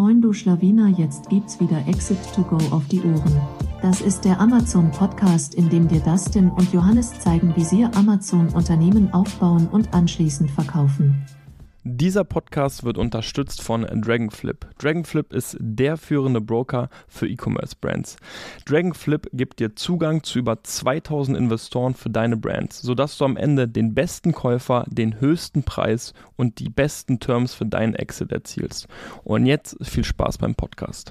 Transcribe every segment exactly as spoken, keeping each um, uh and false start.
Moin du Schlawiner, jetzt gibt's wieder Exit to Go auf die Ohren. Das ist der Amazon-Podcast, in dem dir Dustin und Johannes zeigen, wie sie Amazon-Unternehmen aufbauen und anschließend verkaufen. Dieser Podcast wird unterstützt von Dragonflip. Dragonflip ist der führende Broker für E-Commerce-Brands. Dragonflip gibt dir Zugang zu über zweitausend Investoren für deine Brands, sodass du am Ende den besten Käufer, den höchsten Preis und die besten Terms für deinen Exit erzielst. Und jetzt viel Spaß beim Podcast.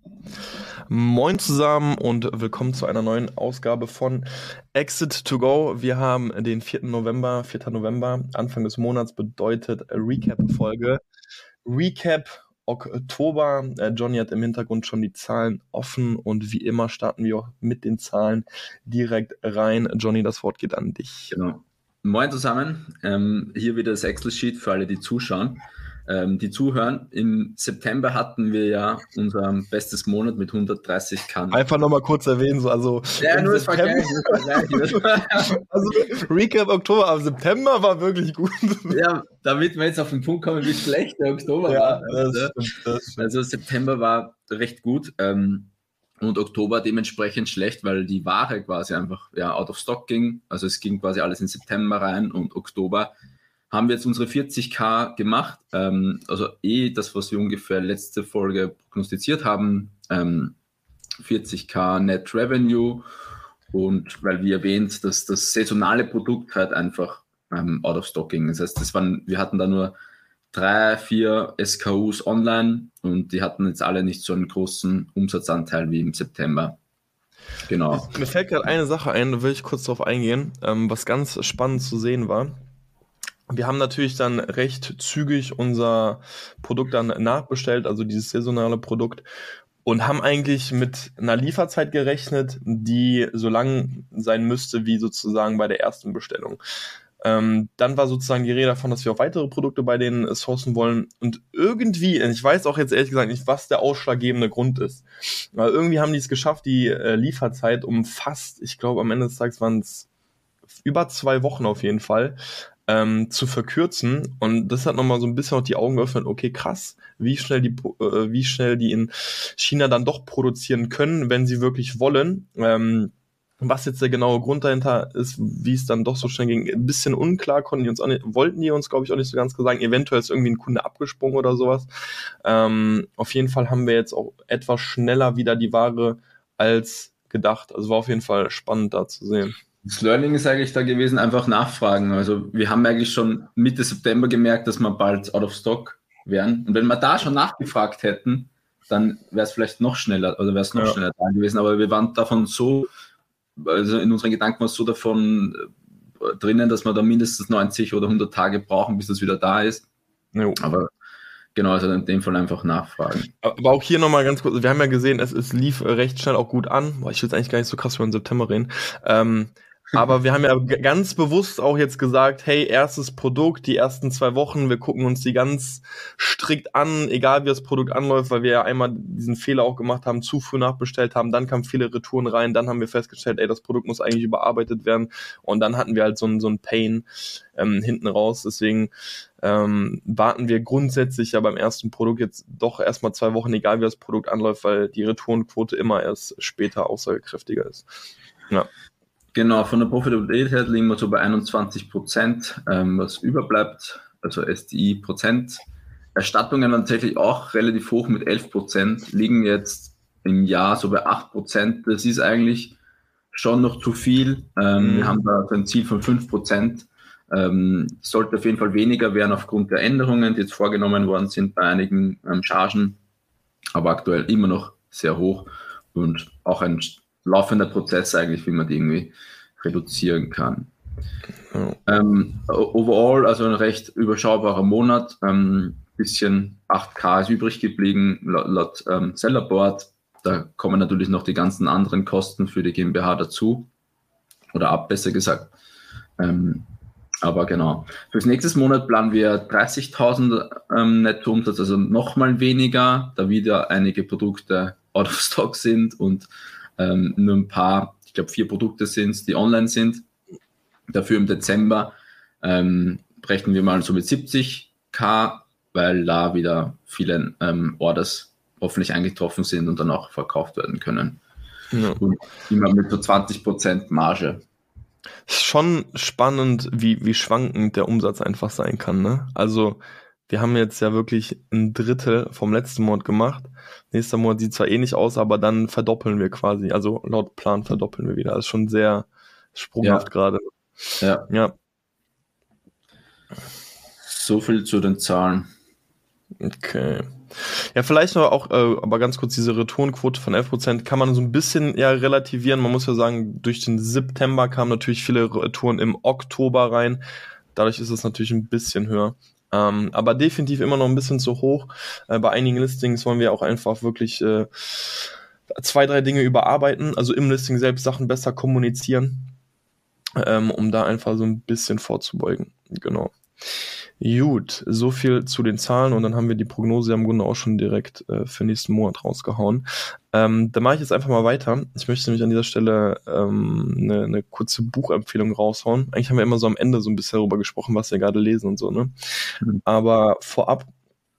Moin zusammen und willkommen zu einer neuen Ausgabe von Exit to Go. Wir haben den vierten November, vierten November, Anfang des Monats bedeutet Recap-Folge. Recap Oktober. Johnny hat im Hintergrund schon die Zahlen offen und wie immer starten wir auch mit den Zahlen direkt rein. Johnny, das Wort geht an dich. Genau. Moin zusammen. Ähm, hier wieder das Excel-Sheet für alle, die zuschauen. Ähm, die zuhören. Im September hatten wir ja unser bestes Monat mit hundertdreißigtausend. Einfach nochmal kurz erwähnen, so, also ja, nur das Vergleich. Also Recap Oktober, aber September war wirklich gut. Ja, damit wir jetzt auf den Punkt kommen, wie schlecht der Oktober ja, war. Das stimmt, das stimmt. Also September war recht gut ähm, und Oktober dementsprechend schlecht, weil die Ware quasi einfach ja, out of stock ging. Also es ging quasi alles in September rein und Oktober haben wir jetzt unsere vierzigtausend gemacht, ähm, also eh das, was wir ungefähr letzte Folge prognostiziert haben, ähm, vierzigtausend Net Revenue und weil wie erwähnt, dass das saisonale Produkt halt einfach ähm, out of stock ging. Das heißt, das waren, wir hatten da nur drei, vier S K Us online und die hatten jetzt alle nicht so einen großen Umsatzanteil wie im September. Genau. Mir fällt gerade eine Sache ein, da will ich kurz drauf eingehen, ähm, was ganz spannend zu sehen war. Wir haben natürlich dann recht zügig unser Produkt dann nachbestellt, also dieses saisonale Produkt, und haben eigentlich mit einer Lieferzeit gerechnet, die so lang sein müsste wie sozusagen bei der ersten Bestellung. Ähm, dann war sozusagen die Rede davon, dass wir auch weitere Produkte bei denen sourcen wollen und irgendwie, ich weiß auch jetzt ehrlich gesagt nicht, was der ausschlaggebende Grund ist, aber irgendwie haben die es geschafft, die äh, Lieferzeit um fast, ich glaube am Ende des Tages waren es über zwei Wochen auf jeden Fall, Ähm, zu verkürzen, und das hat nochmal so ein bisschen auch die Augen geöffnet, okay, krass, wie schnell die äh, wie schnell die in China dann doch produzieren können, wenn sie wirklich wollen. Ähm, was jetzt der genaue Grund dahinter ist, wie es dann doch so schnell ging, ein bisschen unklar, konnten die uns auch nicht, wollten die uns, glaube ich, auch nicht so ganz sagen, eventuell ist irgendwie ein Kunde abgesprungen oder sowas. Ähm, auf jeden Fall haben wir jetzt auch etwas schneller wieder die Ware als gedacht, also war auf jeden Fall spannend da zu sehen. Das Learning ist eigentlich da gewesen, einfach nachfragen. Also wir haben eigentlich schon Mitte September gemerkt, dass wir bald out of stock wären. Und wenn wir da schon nachgefragt hätten, dann wäre es vielleicht noch schneller oder wäre es noch ja. schneller da gewesen. Aber wir waren davon so, also in unseren Gedanken war es so davon äh, drinnen, dass wir da mindestens neunzig oder hundert Tage brauchen, bis das wieder da ist. Jo. Aber genau, also in dem Fall einfach nachfragen. Aber auch hier nochmal ganz kurz, wir haben ja gesehen, es, es lief recht schnell auch gut an. Boah, ich will jetzt eigentlich gar nicht so krass über den September reden. Ähm, Aber wir haben ja g- ganz bewusst auch jetzt gesagt, hey, erstes Produkt, die ersten zwei Wochen, wir gucken uns die ganz strikt an, egal wie das Produkt anläuft, weil wir ja einmal diesen Fehler auch gemacht haben, zu früh nachbestellt haben, dann kamen viele Retouren rein, dann haben wir festgestellt, ey, das Produkt muss eigentlich überarbeitet werden, und dann hatten wir halt so ein so ein Pain ähm, hinten raus, deswegen ähm, warten wir grundsätzlich ja beim ersten Produkt jetzt doch erstmal zwei Wochen, egal wie das Produkt anläuft, weil die Retourenquote immer erst später aussagekräftiger ist. Ja. Genau, von der Profitabilität her liegen wir so bei einundzwanzig Prozent, ähm, was überbleibt, also S D I Prozent. Erstattungen waren tatsächlich auch relativ hoch mit elf Prozent, liegen jetzt im Jahr so bei acht Prozent. Das ist eigentlich schon noch zu viel. Ähm, mhm. Wir haben da ein Ziel von fünf Prozent. Ähm, sollte auf jeden Fall weniger werden aufgrund der Änderungen, die jetzt vorgenommen worden sind bei einigen ähm, Chargen, aber aktuell immer noch sehr hoch und auch ein laufender Prozess eigentlich, wie man die irgendwie reduzieren kann. Oh. Ähm, overall, also ein recht überschaubarer Monat, ähm, bisschen achttausend ist übrig geblieben laut, laut ähm, Sellerboard. Da kommen natürlich noch die ganzen anderen Kosten für die GmbH dazu oder ab, besser gesagt. Ähm, aber genau. Fürs nächste Monat planen wir dreißigtausend ähm, Nettoumsatz, also nochmal weniger, da wieder einige Produkte out of stock sind und Ähm, nur ein paar, ich glaube vier Produkte sind es, die online sind. Dafür im Dezember ähm, rechnen wir mal so mit siebzigtausend, weil da wieder viele ähm, Orders hoffentlich eingetroffen sind und dann auch verkauft werden können. Ja. Und immer mit so zwanzig Prozent Marge. Schon spannend, wie, wie schwankend der Umsatz einfach sein kann, ne? Also, wir haben jetzt ja wirklich ein Drittel vom letzten Monat gemacht. Nächster Monat sieht zwar ähnlich aus, aber dann verdoppeln wir quasi. Also, laut Plan verdoppeln wir wieder. Das ist schon sehr sprunghaft Ja. gerade. Ja. Ja, So viel zu den Zahlen. okay. Ja, vielleicht noch auch, äh, aber ganz kurz, diese Retourenquote von elf Prozent kann man so ein bisschen ja relativieren. Man muss ja sagen, durch den September kamen natürlich viele Retouren im Oktober rein. Dadurch ist es natürlich ein bisschen höher. Ähm, aber definitiv immer noch ein bisschen zu hoch. Äh, bei einigen Listings wollen wir auch einfach wirklich äh, zwei, drei Dinge überarbeiten. Also im Listing selbst Sachen besser kommunizieren, ähm, um da einfach so ein bisschen vorzubeugen. Genau. Gut, so viel zu den Zahlen und dann haben wir die Prognose im Grunde auch schon direkt äh, für nächsten Monat rausgehauen. Ähm, da mache ich jetzt einfach mal weiter. Ich möchte nämlich an dieser Stelle ähm, eine, eine kurze Buchempfehlung raushauen. Eigentlich haben wir immer so am Ende so ein bisschen darüber gesprochen, was wir gerade lesen und so, ne? Mhm. Aber vorab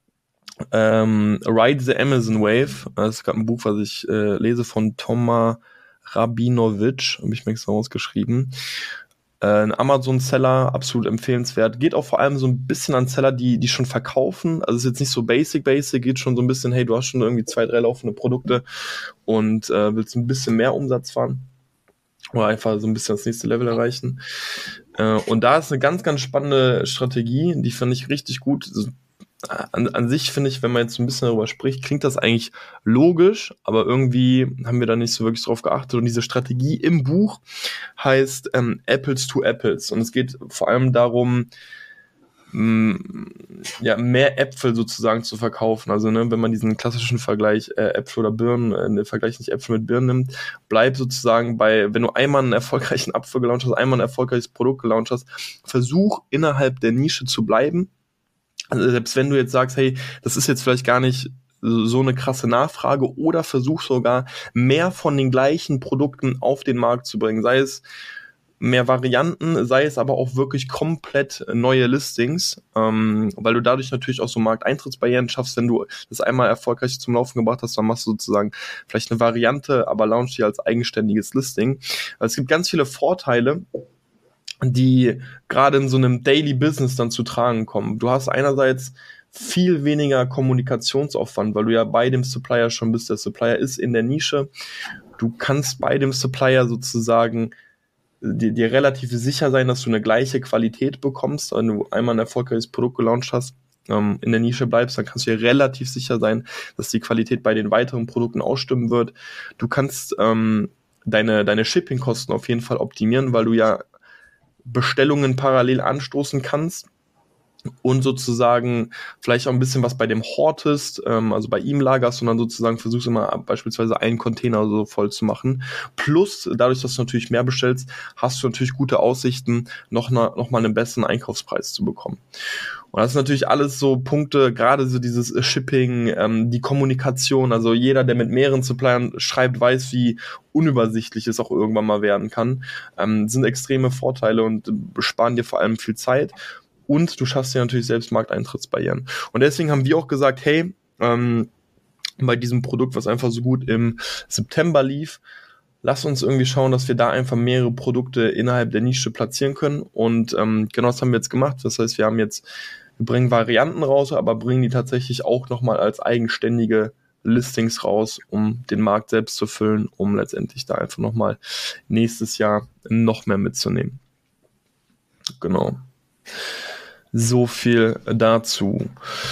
ähm, Ride the Amazon Wave, das ist gerade ein Buch, was ich äh, lese von Toma Rabinowitsch, habe ich mir extra rausgeschrieben. Ein Amazon-Seller, absolut empfehlenswert. Geht auch vor allem so ein bisschen an Seller, die die schon verkaufen. Also ist jetzt nicht so basic, basic, geht schon so ein bisschen, hey, du hast schon irgendwie zwei, drei laufende Produkte und äh, willst ein bisschen mehr Umsatz fahren oder einfach so ein bisschen das nächste Level erreichen. Äh, und da ist eine ganz, ganz spannende Strategie, die finde ich richtig gut. An, an sich finde ich, wenn man jetzt so ein bisschen darüber spricht, klingt das eigentlich logisch, aber irgendwie haben wir da nicht so wirklich drauf geachtet. Und diese Strategie im Buch heißt ähm, Apples to Apples. Und es geht vor allem darum, mh, ja, mehr Äpfel sozusagen zu verkaufen. Also, ne, wenn man diesen klassischen Vergleich äh, Äpfel oder Birnen, äh, den Vergleich nicht Äpfel mit Birnen nimmt, bleib sozusagen bei, wenn du einmal einen erfolgreichen Apfel gelauncht hast, einmal ein erfolgreiches Produkt gelauncht hast, versuch innerhalb der Nische zu bleiben. Also selbst wenn du jetzt sagst, hey, das ist jetzt vielleicht gar nicht so eine krasse Nachfrage oder versuch sogar mehr von den gleichen Produkten auf den Markt zu bringen, sei es mehr Varianten, sei es aber auch wirklich komplett neue Listings, ähm, weil du dadurch natürlich auch so Markteintrittsbarrieren schaffst. Wenn du das einmal erfolgreich zum Laufen gebracht hast, dann machst du sozusagen vielleicht eine Variante, aber launch die als eigenständiges Listing. Also es gibt ganz viele Vorteile, die gerade in so einem Daily Business dann zu tragen kommen. Du hast einerseits viel weniger Kommunikationsaufwand, weil du ja bei dem Supplier schon bist. Der Supplier ist in der Nische. Du kannst bei dem Supplier sozusagen dir, dir relativ sicher sein, dass du eine gleiche Qualität bekommst. Wenn du einmal ein erfolgreiches Produkt gelauncht hast, ähm, in der Nische bleibst, dann kannst du dir relativ sicher sein, dass die Qualität bei den weiteren Produkten ausstimmen wird. Du kannst ähm, deine, deine Shipping-Kosten auf jeden Fall optimieren, weil du ja Bestellungen parallel anstoßen kannst und sozusagen vielleicht auch ein bisschen was bei dem hortest, ähm, also bei ihm lagerst und dann sozusagen versuchst immer beispielsweise einen Container so voll zu machen. Plus, dadurch, dass du natürlich mehr bestellst, hast du natürlich gute Aussichten, noch, na, noch mal einen besseren Einkaufspreis zu bekommen. Und das sind natürlich alles so Punkte, gerade so dieses Shipping, ähm, die Kommunikation, also jeder, der mit mehreren Suppliern schreibt, weiß, wie unübersichtlich es auch irgendwann mal werden kann, ähm, sind extreme Vorteile und sparen dir vor allem viel Zeit. Und du schaffst dir natürlich selbst Markteintrittsbarrieren. Und deswegen haben wir auch gesagt, hey, ähm, bei diesem Produkt, was einfach so gut im September lief, lass uns irgendwie schauen, dass wir da einfach mehrere Produkte innerhalb der Nische platzieren können. Und ähm, genau das haben wir jetzt gemacht. Das heißt, wir haben jetzt, wir bringen Varianten raus, aber bringen die tatsächlich auch nochmal als eigenständige Listings raus, um den Markt selbst zu füllen, um letztendlich da einfach nochmal nächstes Jahr noch mehr mitzunehmen. Genau. So viel dazu.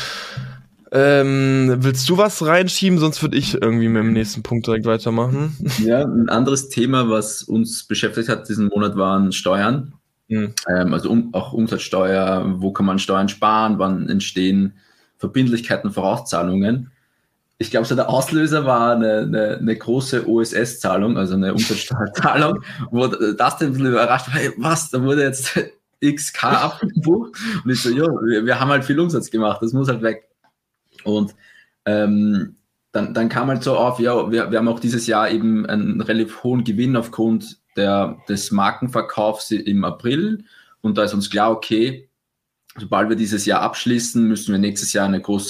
Ähm, willst du was reinschieben? Sonst würde ich irgendwie mit dem nächsten Punkt direkt weitermachen. Ja, ein anderes Thema, was uns beschäftigt hat diesen Monat, waren Steuern. Mhm. Ähm, also um, auch Umsatzsteuer, wo kann man Steuern sparen, wann entstehen Verbindlichkeiten, Vorauszahlungen. Ich glaube, so der Auslöser war eine, eine, eine große O S S-Zahlung, also eine Umsatzsteuerzahlung, wo das dann überrascht war, hey, was, da wurde jetzt X K abgebucht und ich so, ja, wir, wir haben halt viel Umsatz gemacht, das muss halt weg. Und ähm, dann, dann kam halt so auf, ja, wir, wir haben auch dieses Jahr eben einen relativ hohen Gewinn aufgrund der, des Markenverkaufs im April und da ist uns klar, okay, sobald wir dieses Jahr abschließen, müssen wir nächstes Jahr eine große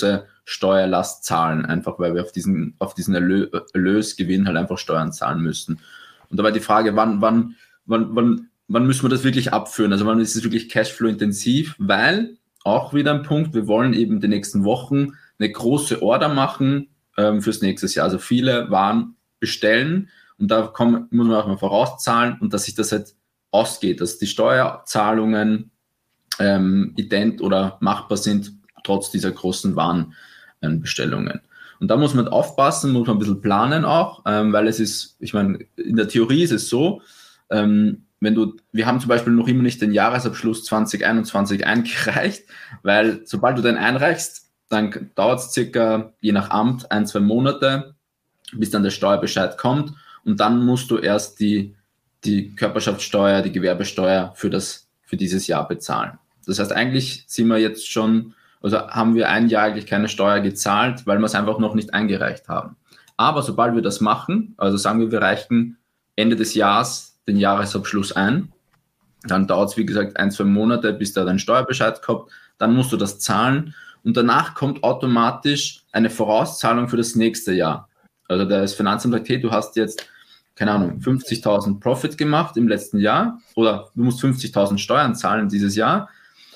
Steuerlast zahlen, einfach weil wir auf diesen, auf diesen Erlö- Erlösgewinn halt einfach Steuern zahlen müssten. Und da war die Frage, wann, wann, wann, wann, wann müssen wir das wirklich abführen? Also wann ist es wirklich Cashflow-intensiv? Weil, auch wieder ein Punkt, wir wollen eben die nächsten Wochen eine große Order machen ähm, fürs nächste Jahr. Also viele Waren bestellen und da kommen, muss man auch mal vorauszahlen und dass sich das halt ausgeht, dass die Steuerzahlungen ähm, ident oder machbar sind, trotz dieser großen Warenbestellungen. Und da muss man aufpassen, muss man ein bisschen planen auch, ähm, weil es ist, ich meine, in der Theorie ist es so, ähm, wenn du, wir haben zum Beispiel noch immer nicht den Jahresabschluss zwanzig einundzwanzig eingereicht, weil sobald du den einreichst, dann dauert es circa, je nach Amt, ein, zwei Monate, bis dann der Steuerbescheid kommt und dann musst du erst die, die Körperschaftssteuer, die Gewerbesteuer für, das, für dieses Jahr bezahlen. Das heißt, eigentlich sind wir jetzt schon, also haben wir ein Jahr eigentlich keine Steuer gezahlt, weil wir es einfach noch nicht eingereicht haben. Aber sobald wir das machen, also sagen wir, wir reichen Ende des Jahres den Jahresabschluss ein, dann dauert es, wie gesagt, ein, zwei Monate, bis da dein Steuerbescheid kommt, dann musst du das zahlen und danach kommt automatisch eine Vorauszahlung für das nächste Jahr. Also das Finanzamt sagt, hey, du hast jetzt, keine Ahnung, fünfzigtausend Profit gemacht im letzten Jahr oder du musst fünfzigtausend Steuern zahlen dieses Jahr,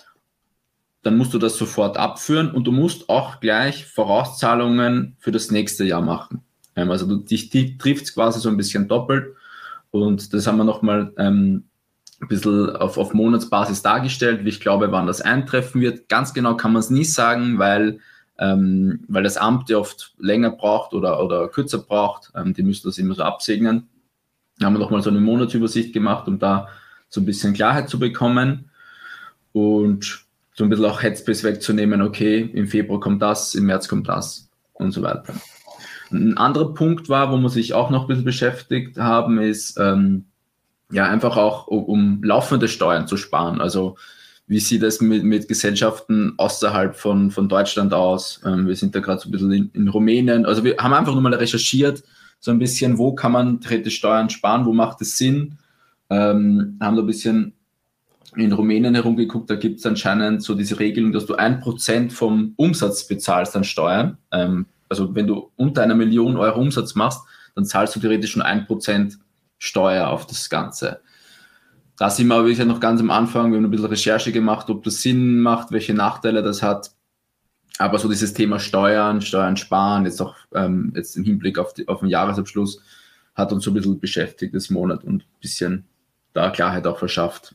dann musst du das sofort abführen und du musst auch gleich Vorauszahlungen für das nächste Jahr machen. Also du, dich die trifft es quasi so ein bisschen doppelt und das haben wir nochmal ähm, ein bisschen auf, auf Monatsbasis dargestellt, wie ich glaube, wann das eintreffen wird. Ganz genau kann man es nie sagen, weil, ähm, weil das Amt ja oft länger braucht oder, oder kürzer braucht. Ähm, die müssen das immer so absegnen. Da haben wir nochmal so eine Monatsübersicht gemacht, um da so ein bisschen Klarheit zu bekommen und so ein bisschen auch Headspace wegzunehmen, okay, im Februar kommt das, im März kommt das und so weiter. Ein anderer Punkt war, wo wir sich auch noch ein bisschen beschäftigt haben, ist ähm, ja einfach auch, um, um laufende Steuern zu sparen. Also wie sieht es mit, mit Gesellschaften außerhalb von, von Deutschland aus? Ähm, wir sind da gerade so ein bisschen in, in Rumänien. Also wir haben einfach nur mal recherchiert, so ein bisschen, wo kann man theoretisch Steuern sparen, wo macht es Sinn? Ähm, haben da ein bisschen in Rumänien herumgeguckt, da gibt es anscheinend so diese Regelung, dass du ein Prozent vom Umsatz bezahlst an Steuern. Ähm, also wenn du unter einer Million Euro Umsatz machst, dann zahlst du theoretisch schon ein Prozent Steuer auf das Ganze. Da sind wir aber wirklich noch ganz am Anfang, wir haben ein bisschen Recherche gemacht, ob das Sinn macht, welche Nachteile das hat. Aber so dieses Thema Steuern, Steuern sparen, jetzt auch ähm, jetzt im Hinblick auf, die, auf den Jahresabschluss, hat uns so ein bisschen beschäftigt das Monat und ein bisschen da Klarheit auch verschafft.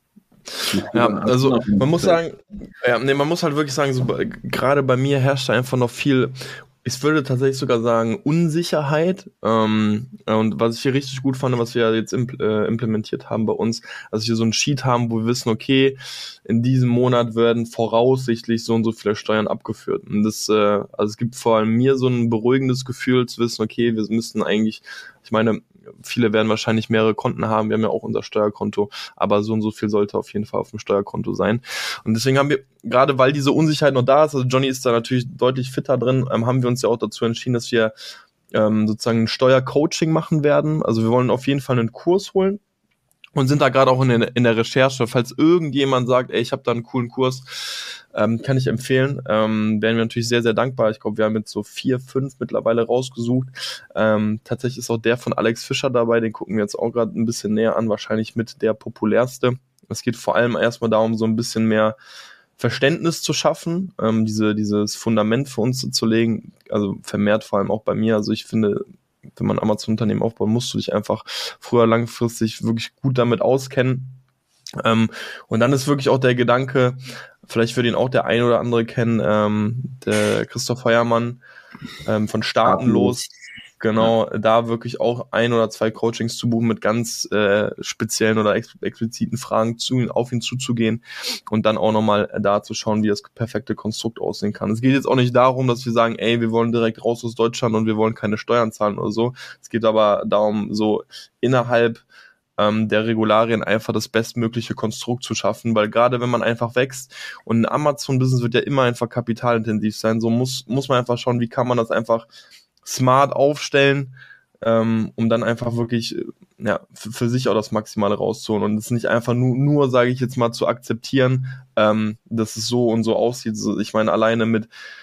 Ja, also man muss sagen, ja, nee, man muss halt wirklich sagen, so, gerade bei mir herrscht da einfach noch viel, ich würde tatsächlich sogar sagen, Unsicherheit. Ähm, und was ich hier richtig gut fand, was wir jetzt impl- äh, implementiert haben bei uns, dass wir so ein Sheet haben, wo wir wissen, okay, in diesem Monat werden voraussichtlich so und so viele Steuern abgeführt. Und das, äh, also es gibt vor allem mir so ein beruhigendes Gefühl zu wissen, okay, wir müssten eigentlich, ich meine, viele werden wahrscheinlich mehrere Konten haben, wir haben ja auch unser Steuerkonto, aber so und so viel sollte auf jeden Fall auf dem Steuerkonto sein. Und deswegen haben wir, gerade weil diese Unsicherheit noch da ist, also Johnny ist da natürlich deutlich fitter drin, ähm, haben wir uns ja auch dazu entschieden, dass wir ähm, sozusagen ein Steuercoaching machen werden. Also wir wollen auf jeden Fall einen Kurs holen und sind da gerade auch in der, in der Recherche. Falls irgendjemand sagt, ey, ich habe da einen coolen Kurs, ähm, kann ich empfehlen. Ähm, wären wir natürlich sehr, sehr dankbar. Ich glaube, wir haben jetzt so vier, fünf mittlerweile rausgesucht. Ähm, tatsächlich ist auch der von Alex Fischer dabei, den gucken wir jetzt auch gerade ein bisschen näher an, wahrscheinlich mit der populärste. Es geht vor allem erstmal darum, so ein bisschen mehr Verständnis zu schaffen, ähm, diese dieses Fundament für uns zu legen, also vermehrt vor allem auch bei mir. Also ich finde, wenn man Amazon-Unternehmen aufbaut, musst du dich einfach früher langfristig wirklich gut damit auskennen. Ähm, und dann ist wirklich auch der Gedanke, vielleicht wird ihn auch der ein oder andere kennen, ähm, der Christoph Heuermann ähm, von Staatenlos. Genau, ja. Da wirklich auch ein oder zwei Coachings zu buchen mit ganz äh, speziellen oder ex- expliziten Fragen zu ihn, auf ihn zuzugehen und dann auch nochmal da zu schauen, wie das perfekte Konstrukt aussehen kann. Es geht jetzt auch nicht darum, dass wir sagen, ey, wir wollen direkt raus aus Deutschland und wir wollen keine Steuern zahlen oder so. Es geht aber darum, so innerhalb ähm, der Regularien einfach das bestmögliche Konstrukt zu schaffen, weil gerade wenn man einfach wächst und ein Amazon-Business wird ja immer einfach kapitalintensiv sein, so muss muss man einfach schauen, wie kann man das einfach smart aufstellen, ähm, um dann einfach wirklich ja für, für sich auch das Maximale rauszuholen und es nicht einfach nur, nur sage ich jetzt mal, zu akzeptieren, ähm, dass es so und so aussieht. Ich meine, alleine mit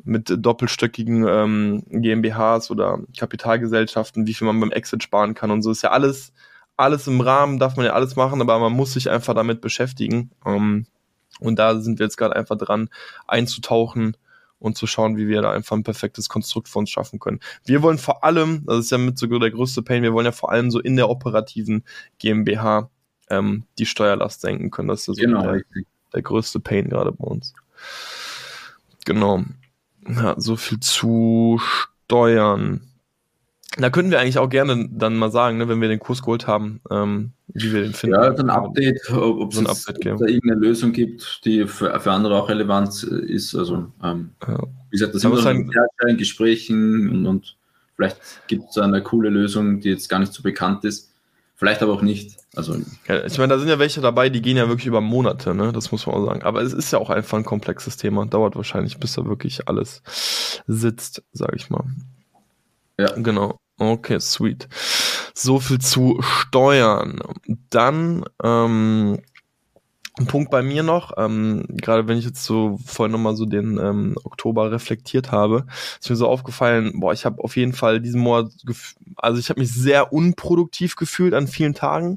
mit doppelstöckigen ähm, GmbHs oder Kapitalgesellschaften, wie viel man beim Exit sparen kann und so. Ist ja alles, alles im Rahmen, darf man ja alles machen, aber man muss sich einfach damit beschäftigen. Ähm, und da sind wir jetzt gerade einfach dran, einzutauchen und zu schauen, wie wir da einfach ein perfektes Konstrukt für uns schaffen können. Wir wollen vor allem, das ist ja mit sogar der größte Pain, wir wollen ja vor allem so in der operativen GmbH ähm, die Steuerlast senken können. Das ist ja so Genau, der, richtig. der größte Pain gerade bei uns. Genau. Ja, so viel zu Steuern. Da können wir eigentlich auch gerne dann mal sagen, ne, wenn wir den Kurs geholt haben, ähm, wie wir den finden. Ja, so ein Update, ob, ob, So ein es, Update ob da irgendeine Lösung gibt, die für, für andere auch relevant ist. Also, ähm, Ja. wie gesagt, das Da sind muss wir sagen- in in Gesprächen und, und vielleicht gibt es eine coole Lösung, die jetzt gar nicht so bekannt ist. Vielleicht aber auch nicht. Also, Ja, ich meine, da sind ja welche dabei, die gehen ja wirklich über Monate, ne? Das muss man auch sagen. Aber es ist ja auch einfach ein komplexes Thema. Dauert wahrscheinlich, bis da wirklich alles sitzt, sage ich mal. ja. Genau. Okay, sweet. So viel zu Steuern. Dann ähm, ein Punkt bei mir noch, ähm, gerade wenn ich jetzt so vorhin nochmal so den ähm, Oktober reflektiert habe, ist mir so aufgefallen, boah, ich habe auf jeden Fall diesen Monat, gef- also ich habe mich sehr unproduktiv gefühlt an vielen Tagen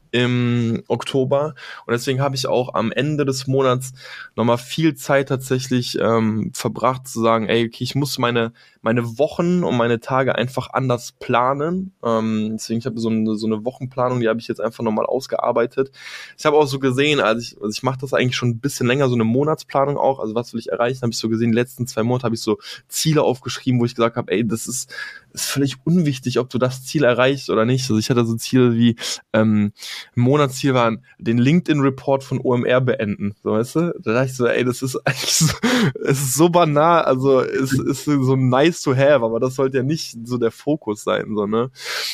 im Oktober und deswegen habe ich auch am Ende des Monats nochmal viel Zeit tatsächlich ähm, verbracht zu sagen, ey, okay, ich muss meine meine Wochen und meine Tage einfach anders planen. Ähm, deswegen, ich habe so eine, so eine Wochenplanung, die habe ich jetzt einfach nochmal ausgearbeitet. Ich habe auch so gesehen, also ich, also ich mache das eigentlich schon ein bisschen länger, so eine Monatsplanung auch, also was will ich erreichen, habe ich so gesehen, die letzten zwei Monate habe ich so Ziele aufgeschrieben, wo ich gesagt habe, ey, das ist, ist völlig unwichtig, ob du das Ziel erreichst oder nicht. Also ich hatte so Ziele wie, ähm, ein Monatsziel waren, den LinkedIn-Report von O M R beenden, so, weißt du? Da dachte ich so, ey, das ist eigentlich so, es ist so banal, also es ist so nice to have, aber das sollte ja nicht so der Fokus sein, so, ne?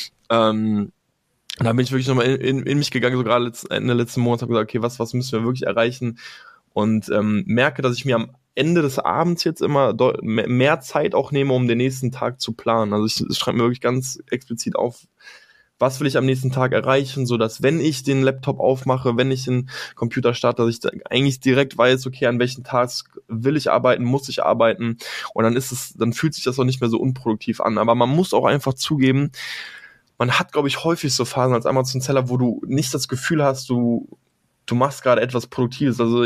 Ähm, da bin ich wirklich nochmal in, in, in mich gegangen, so gerade letzt, Ende letzten Monats, habe gesagt, okay, was, was müssen wir wirklich erreichen? Und ähm, merke, dass ich mir am Ende des Abends jetzt immer deut- mehr Zeit auch nehme, um den nächsten Tag zu planen. Also ich, ich schreibe mir wirklich ganz explizit auf, was will ich am nächsten Tag erreichen, so dass wenn ich den Laptop aufmache, wenn ich den Computer starte, dass ich da eigentlich direkt weiß, okay, an welchen Task will ich arbeiten, muss ich arbeiten und dann ist es, dann fühlt sich das auch nicht mehr so unproduktiv an. Aber man muss auch einfach zugeben, man hat, glaube ich, häufig so Phasen als Amazon-Seller, wo du nicht das Gefühl hast, du, du machst gerade etwas Produktives. Also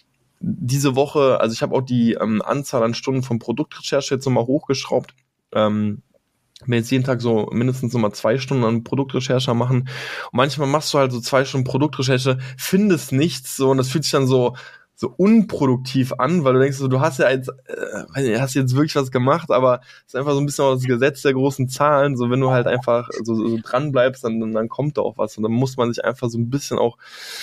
diese Woche, also ich habe auch die ähm, Anzahl an Stunden von Produktrecherche jetzt nochmal hochgeschraubt. Ähm, mir jetzt jeden Tag so mindestens nochmal zwei Stunden an Produktrecherche machen. Und manchmal machst du halt so zwei Stunden Produktrecherche, findest nichts so und das fühlt sich dann so so unproduktiv an, weil du denkst, so, du hast ja jetzt, äh, hast jetzt wirklich was gemacht, aber es ist einfach so ein bisschen auch das Gesetz der großen Zahlen. So, wenn du halt einfach so, so dran bleibst, dann, dann kommt da auch was. Und dann muss man sich einfach so ein bisschen auch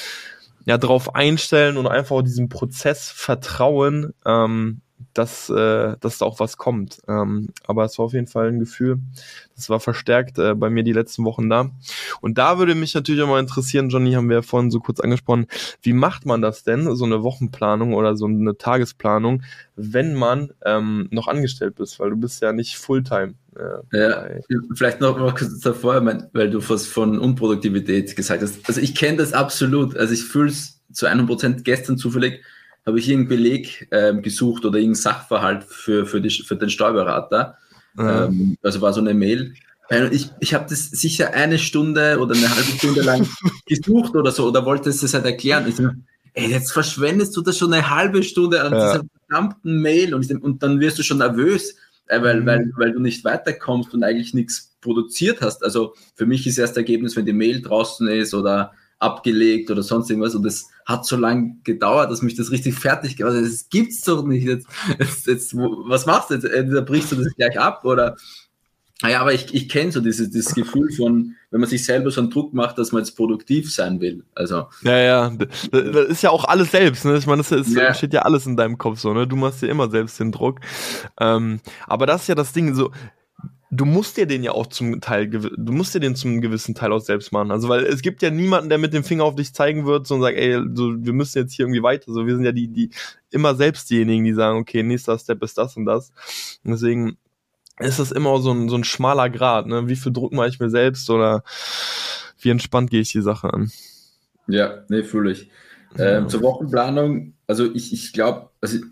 ja drauf einstellen und einfach auch diesem Prozess vertrauen, ähm, dass, äh, dass da auch was kommt. Ähm, aber es war auf jeden Fall ein Gefühl, das war verstärkt äh, bei mir die letzten Wochen da. Und da würde mich natürlich auch mal interessieren, Johnny, haben wir ja vorhin so kurz angesprochen, wie macht man das denn, so eine Wochenplanung oder so eine Tagesplanung, wenn man ähm, noch angestellt bist, weil du bist ja nicht Fulltime. Äh, Ja, vielleicht noch mal kurz davor, weil du was von Unproduktivität gesagt hast. Also ich kenne das absolut, also ich fühle es zu hundert Prozent. Gestern zufällig habe ich irgendeinen Beleg ähm, gesucht oder irgendeinen Sachverhalt für, für, die, für den Steuerberater. Ja. Ähm, also war so eine Mail. Ich, ich habe das sicher eine Stunde oder eine halbe Stunde lang gesucht oder so oder wollte es das halt erklären. Ich so, ey, jetzt verschwendest du das schon eine halbe Stunde an ja. dieser verdammten Mail und, ich, und dann wirst du schon nervös, äh, weil, mhm. weil, weil du nicht weiterkommst und eigentlich nichts produziert hast. Also für mich ist erst das Ergebnis, wenn die Mail draußen ist oder abgelegt oder sonst irgendwas und es hat so lange gedauert, dass mich das richtig fertig gemacht hat. Das gibt's doch nicht. Jetzt, jetzt, jetzt, was machst du jetzt? Entweder brichst du das gleich ab oder naja, aber ich, ich kenne so dieses, dieses Gefühl von, wenn man sich selber so einen Druck macht, dass man jetzt produktiv sein will. Also ja, ja, das ist ja auch alles selbst, ne? Ich meine, das ist, ja. steht ja alles in deinem Kopf so, ne? Du machst dir immer selbst den Druck. Ähm, aber das ist ja das Ding, so du musst dir den ja auch zum Teil, du musst dir den zum gewissen Teil auch selbst machen. Also, weil es gibt ja niemanden, der mit dem Finger auf dich zeigen wird so, und sagt, ey, so, wir müssen jetzt hier irgendwie weiter. So, wir sind ja die, die immer selbst diejenigen, die sagen, okay, nächster Step ist das und das. Und deswegen ist das immer so ein, so ein schmaler Grat, ne? Wie viel Druck mache ich mir selbst oder wie entspannt gehe ich die Sache an? Ja, nee, fühle ich. Ähm, ja. Zur Wochenplanung, also ich, ich glaube, also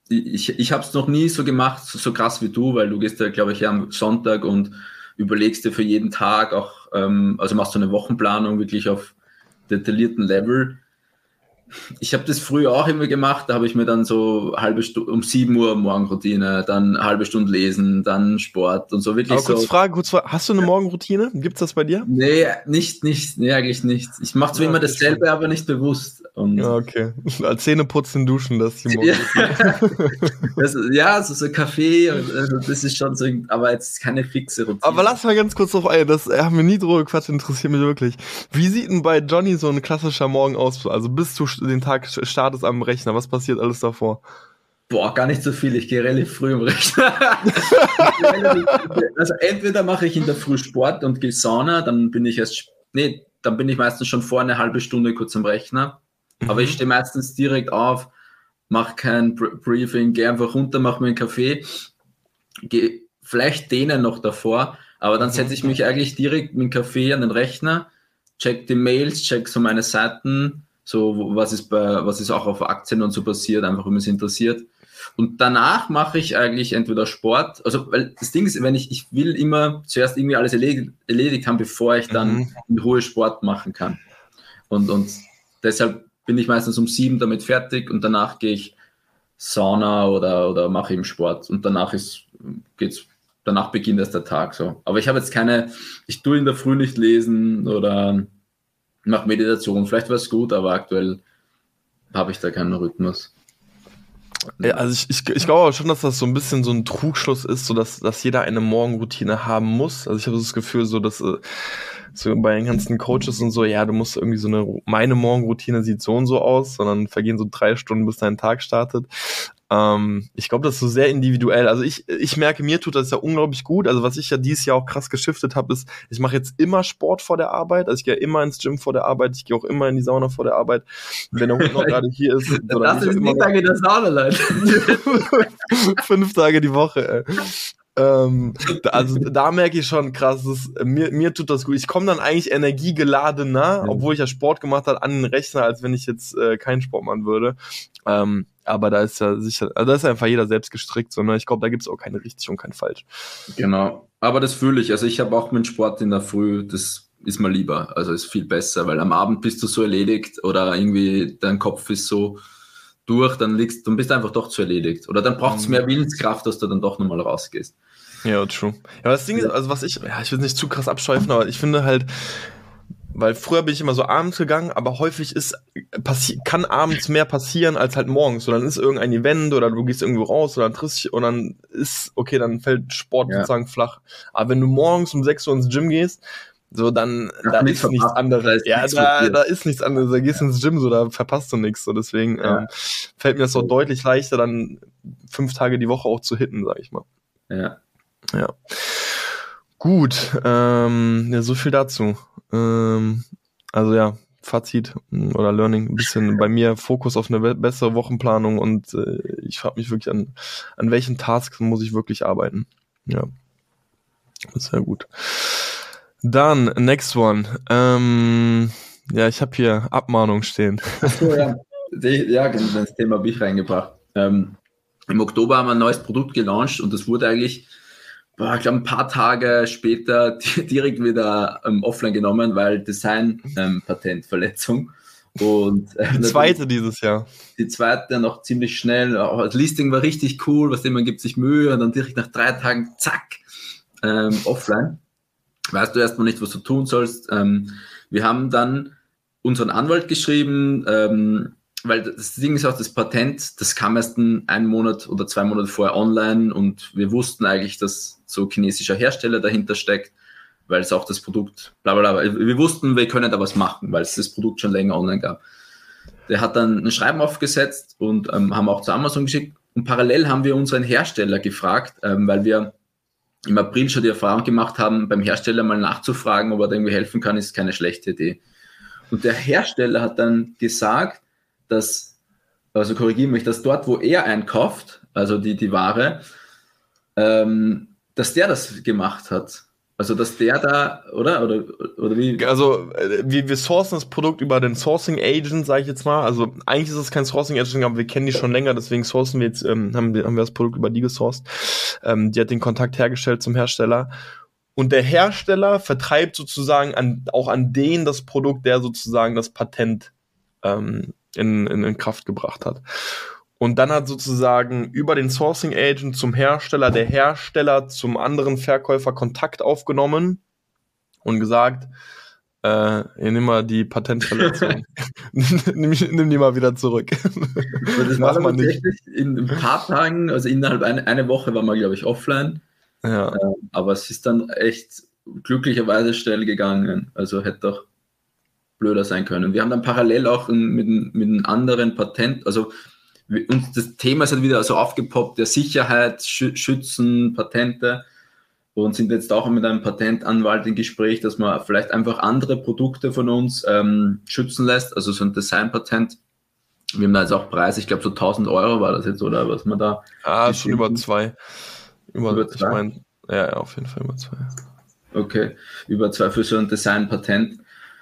ich, ich habe es noch nie so gemacht, so, so krass wie du, weil du gehst ja, glaube ich, ja am Sonntag und überlegst dir für jeden Tag auch, ähm, also machst du eine Wochenplanung wirklich auf detaillierten Level. Ich habe das früher auch immer gemacht, da habe ich mir dann so halbe Stunde, um sieben Uhr Morgenroutine, dann eine halbe Stunde lesen, dann Sport und so wirklich. Aber kurz so. Frage, kurz Frage, hast du eine Morgenroutine? Gibt's das bei dir? Nee, nicht, nicht, nee, eigentlich nicht. Ich mache zwar Ja, immer okay, dasselbe, schon. aber nicht bewusst. Und Ja, Zähne putzen, duschen, das ist die ja, Morgenroutine. das, ja, so, so Kaffee, und, also das ist schon so, aber jetzt keine fixe Routine. Aber lass mal ganz kurz drauf ein, das haben wir nie drüber gequatscht, interessiert mich wirklich. Wie sieht denn bei Johnny so ein klassischer Morgen aus? Also bis du den Tag startest am Rechner, was passiert alles davor? Boah, gar nicht so viel, ich gehe relativ früh im Rechner. Also entweder mache ich in der Früh Sport und gehe Sauna, dann bin ich erst, nee, dann bin ich meistens schon vor eine halbe Stunde kurz am Rechner. Mhm. Aber ich stehe meistens direkt auf, mache kein Briefing, gehe einfach runter, mache mir einen Kaffee, gehe vielleicht dehnen noch davor, aber dann mhm. setze ich mich eigentlich direkt mit dem Kaffee an den Rechner, check die Mails, check so meine Seiten, so was ist bei, was ist auch auf Aktien und so passiert, einfach wenn mich interessiert. Und danach mache ich eigentlich entweder Sport, also weil das Ding ist, wenn ich, ich will immer zuerst irgendwie alles erledigt, erledigt haben, bevor ich dann mhm. in Ruhe Sport machen kann. Und, und deshalb bin ich meistens um sieben damit fertig und danach gehe ich Sauna oder, oder mache eben Sport und danach ist, geht's, danach beginnt erst der Tag so. Aber ich habe jetzt keine, ich tue in der Früh nicht lesen oder mache Meditation, vielleicht wäre es gut, aber aktuell habe ich da keinen Rhythmus. Ja, also ich, ich, ich glaube schon, dass das so ein bisschen so ein Trugschluss ist, so dass, dass jeder eine Morgenroutine haben muss. Also ich habe das Gefühl, so dass so bei den ganzen Coaches und so, ja, du musst irgendwie so eine, meine Morgenroutine sieht so und so aus, sondern vergehen so drei Stunden, bis dein Tag startet. Ähm, ich glaube, das ist so sehr individuell. Also ich, ich merke, mir tut das ja unglaublich gut. Also was ich ja dieses Jahr auch krass geschiftet habe, ist, ich mache jetzt immer Sport vor der Arbeit. Also ich gehe immer ins Gym vor der Arbeit. Ich gehe auch immer in die Sauna vor der Arbeit. Wenn der Hund noch gerade hier ist. So, das ist nicht Tage in der Sauna, Leute. Fünf Tage die Woche, ey. Ähm, also da merke ich schon krass, das, mir, mir tut das gut. Ich komme dann eigentlich energiegeladener, mhm. obwohl ich ja Sport gemacht habe, an den Rechner, als wenn ich jetzt äh, keinen Sport machen würde. Ähm, aber da ist ja sicher, also da ist einfach jeder selbst gestrickt, sondern ich glaube, da gibt es auch keine richtig und kein falsch. Genau, aber das fühle ich. Also ich habe auch mit Sport in der Früh, das ist mir lieber, also ist viel besser, weil am Abend bist du so erledigt oder irgendwie dein Kopf ist so durch, dann liegst, dann bist du einfach doch zu erledigt. Oder dann braucht es mehr Willenskraft, dass du dann doch nochmal rausgehst. Ja, true. Ja, das Ding ist, also was ich, ja, ich will nicht zu krass abschweifen, aber ich finde halt, weil früher bin ich immer so abends gegangen, aber häufig ist, passi- kann abends mehr passieren als halt morgens. So, dann ist irgendein Event oder du gehst irgendwo raus oder dann triffst dich und dann ist, okay, dann fällt Sport ja. sozusagen flach. Aber wenn du morgens um sechs Uhr ins Gym gehst, so, dann, Ach, da nichts ist nichts verpasst. anderes. Da ist ja, nichts da, passiert. da ist nichts anderes. Da gehst du ins Gym, so, da verpasst du nichts. So, deswegen Ja. ähm, fällt mir das so deutlich leichter, dann fünf Tage die Woche auch zu hitten, sag ich mal. Ja. Ja. Gut, ähm, ja, so viel dazu. Ähm, also ja, Fazit oder Learning, ein bisschen bei mir Fokus auf eine bessere Wochenplanung und äh, ich frage mich wirklich an, an welchen Tasks muss ich wirklich arbeiten. Ja, das ist sehr gut. Dann, next one. Ähm, ja, ich habe hier Abmahnung stehen. Achso, ja. Ja, das Thema habe ich reingebracht. Ähm, Im Oktober haben wir ein neues Produkt gelauncht und das wurde eigentlich, boah, ich glaube, ein paar Tage später direkt wieder ähm, offline genommen, weil Design-Patentverletzung. Ähm, und äh, die zweite dieses Jahr. Die zweite noch ziemlich schnell. Das Listing war richtig cool, was dem man gibt sich Mühe und dann direkt nach drei Tagen, zack, ähm, offline. Weißt du erstmal nicht, was du tun sollst. Ähm, wir haben dann unseren Anwalt geschrieben, ähm, weil das Ding ist auch, das Patent, das kam erst einen Monat oder zwei Monate vorher online und wir wussten eigentlich, dass so chinesischer Hersteller dahinter steckt, weil es auch das Produkt, bla bla bla. Wir wussten, wir können da was machen, weil es das Produkt schon länger online gab. Der hat dann ein Schreiben aufgesetzt und ähm, haben auch zu Amazon geschickt und parallel haben wir unseren Hersteller gefragt, ähm, weil wir im April schon die Erfahrung gemacht haben, beim Hersteller mal nachzufragen, ob er da irgendwie helfen kann, ist keine schlechte Idee. Und der Hersteller hat dann gesagt, dass, also korrigieren mich, dass dort, wo er einkauft, also die, die Ware, ähm, dass der das gemacht hat. Also, dass der da, oder? Oder, oder wie? Also, äh, wir, wir sourcen das Produkt über den Sourcing Agent, sage ich jetzt mal. Also, eigentlich ist es kein Sourcing Agent, aber wir kennen die schon länger, deswegen sourcen wir jetzt, ähm, haben, wir, haben wir das Produkt über die gesourced. Ähm, die hat den Kontakt hergestellt zum Hersteller. Und der Hersteller vertreibt sozusagen an, auch an den das Produkt, der sozusagen das Patent ähm, in, in, in Kraft gebracht hat. Und dann hat sozusagen über den Sourcing Agent zum Hersteller, der Hersteller zum anderen Verkäufer Kontakt aufgenommen und gesagt, äh, nimm mal die Patentverletzung, nimm, nimm die mal wieder zurück. Das war man nicht. In ein paar Tagen, also innerhalb eine, eine Woche war man, glaube ich, offline. Ja. Äh, aber es ist dann echt glücklicherweise schnell gegangen. Also hätte doch blöder sein können. Wir haben dann parallel auch mit, mit einem anderen Patent, also uns das Thema ist halt wieder so aufgepoppt, der Sicherheit, Schützen, Patente, und sind jetzt auch mit einem Patentanwalt im Gespräch, dass man vielleicht einfach andere Produkte von uns ähm, schützen lässt, also so ein Designpatent. Wir haben da jetzt auch Preise, ich glaube so tausend Euro war das jetzt, oder was man da... Ah, schon über zwei. Über, über zwei? Ich mein, ja, ja, auf jeden Fall über zwei. Okay, über zwei für so ein Designpatent.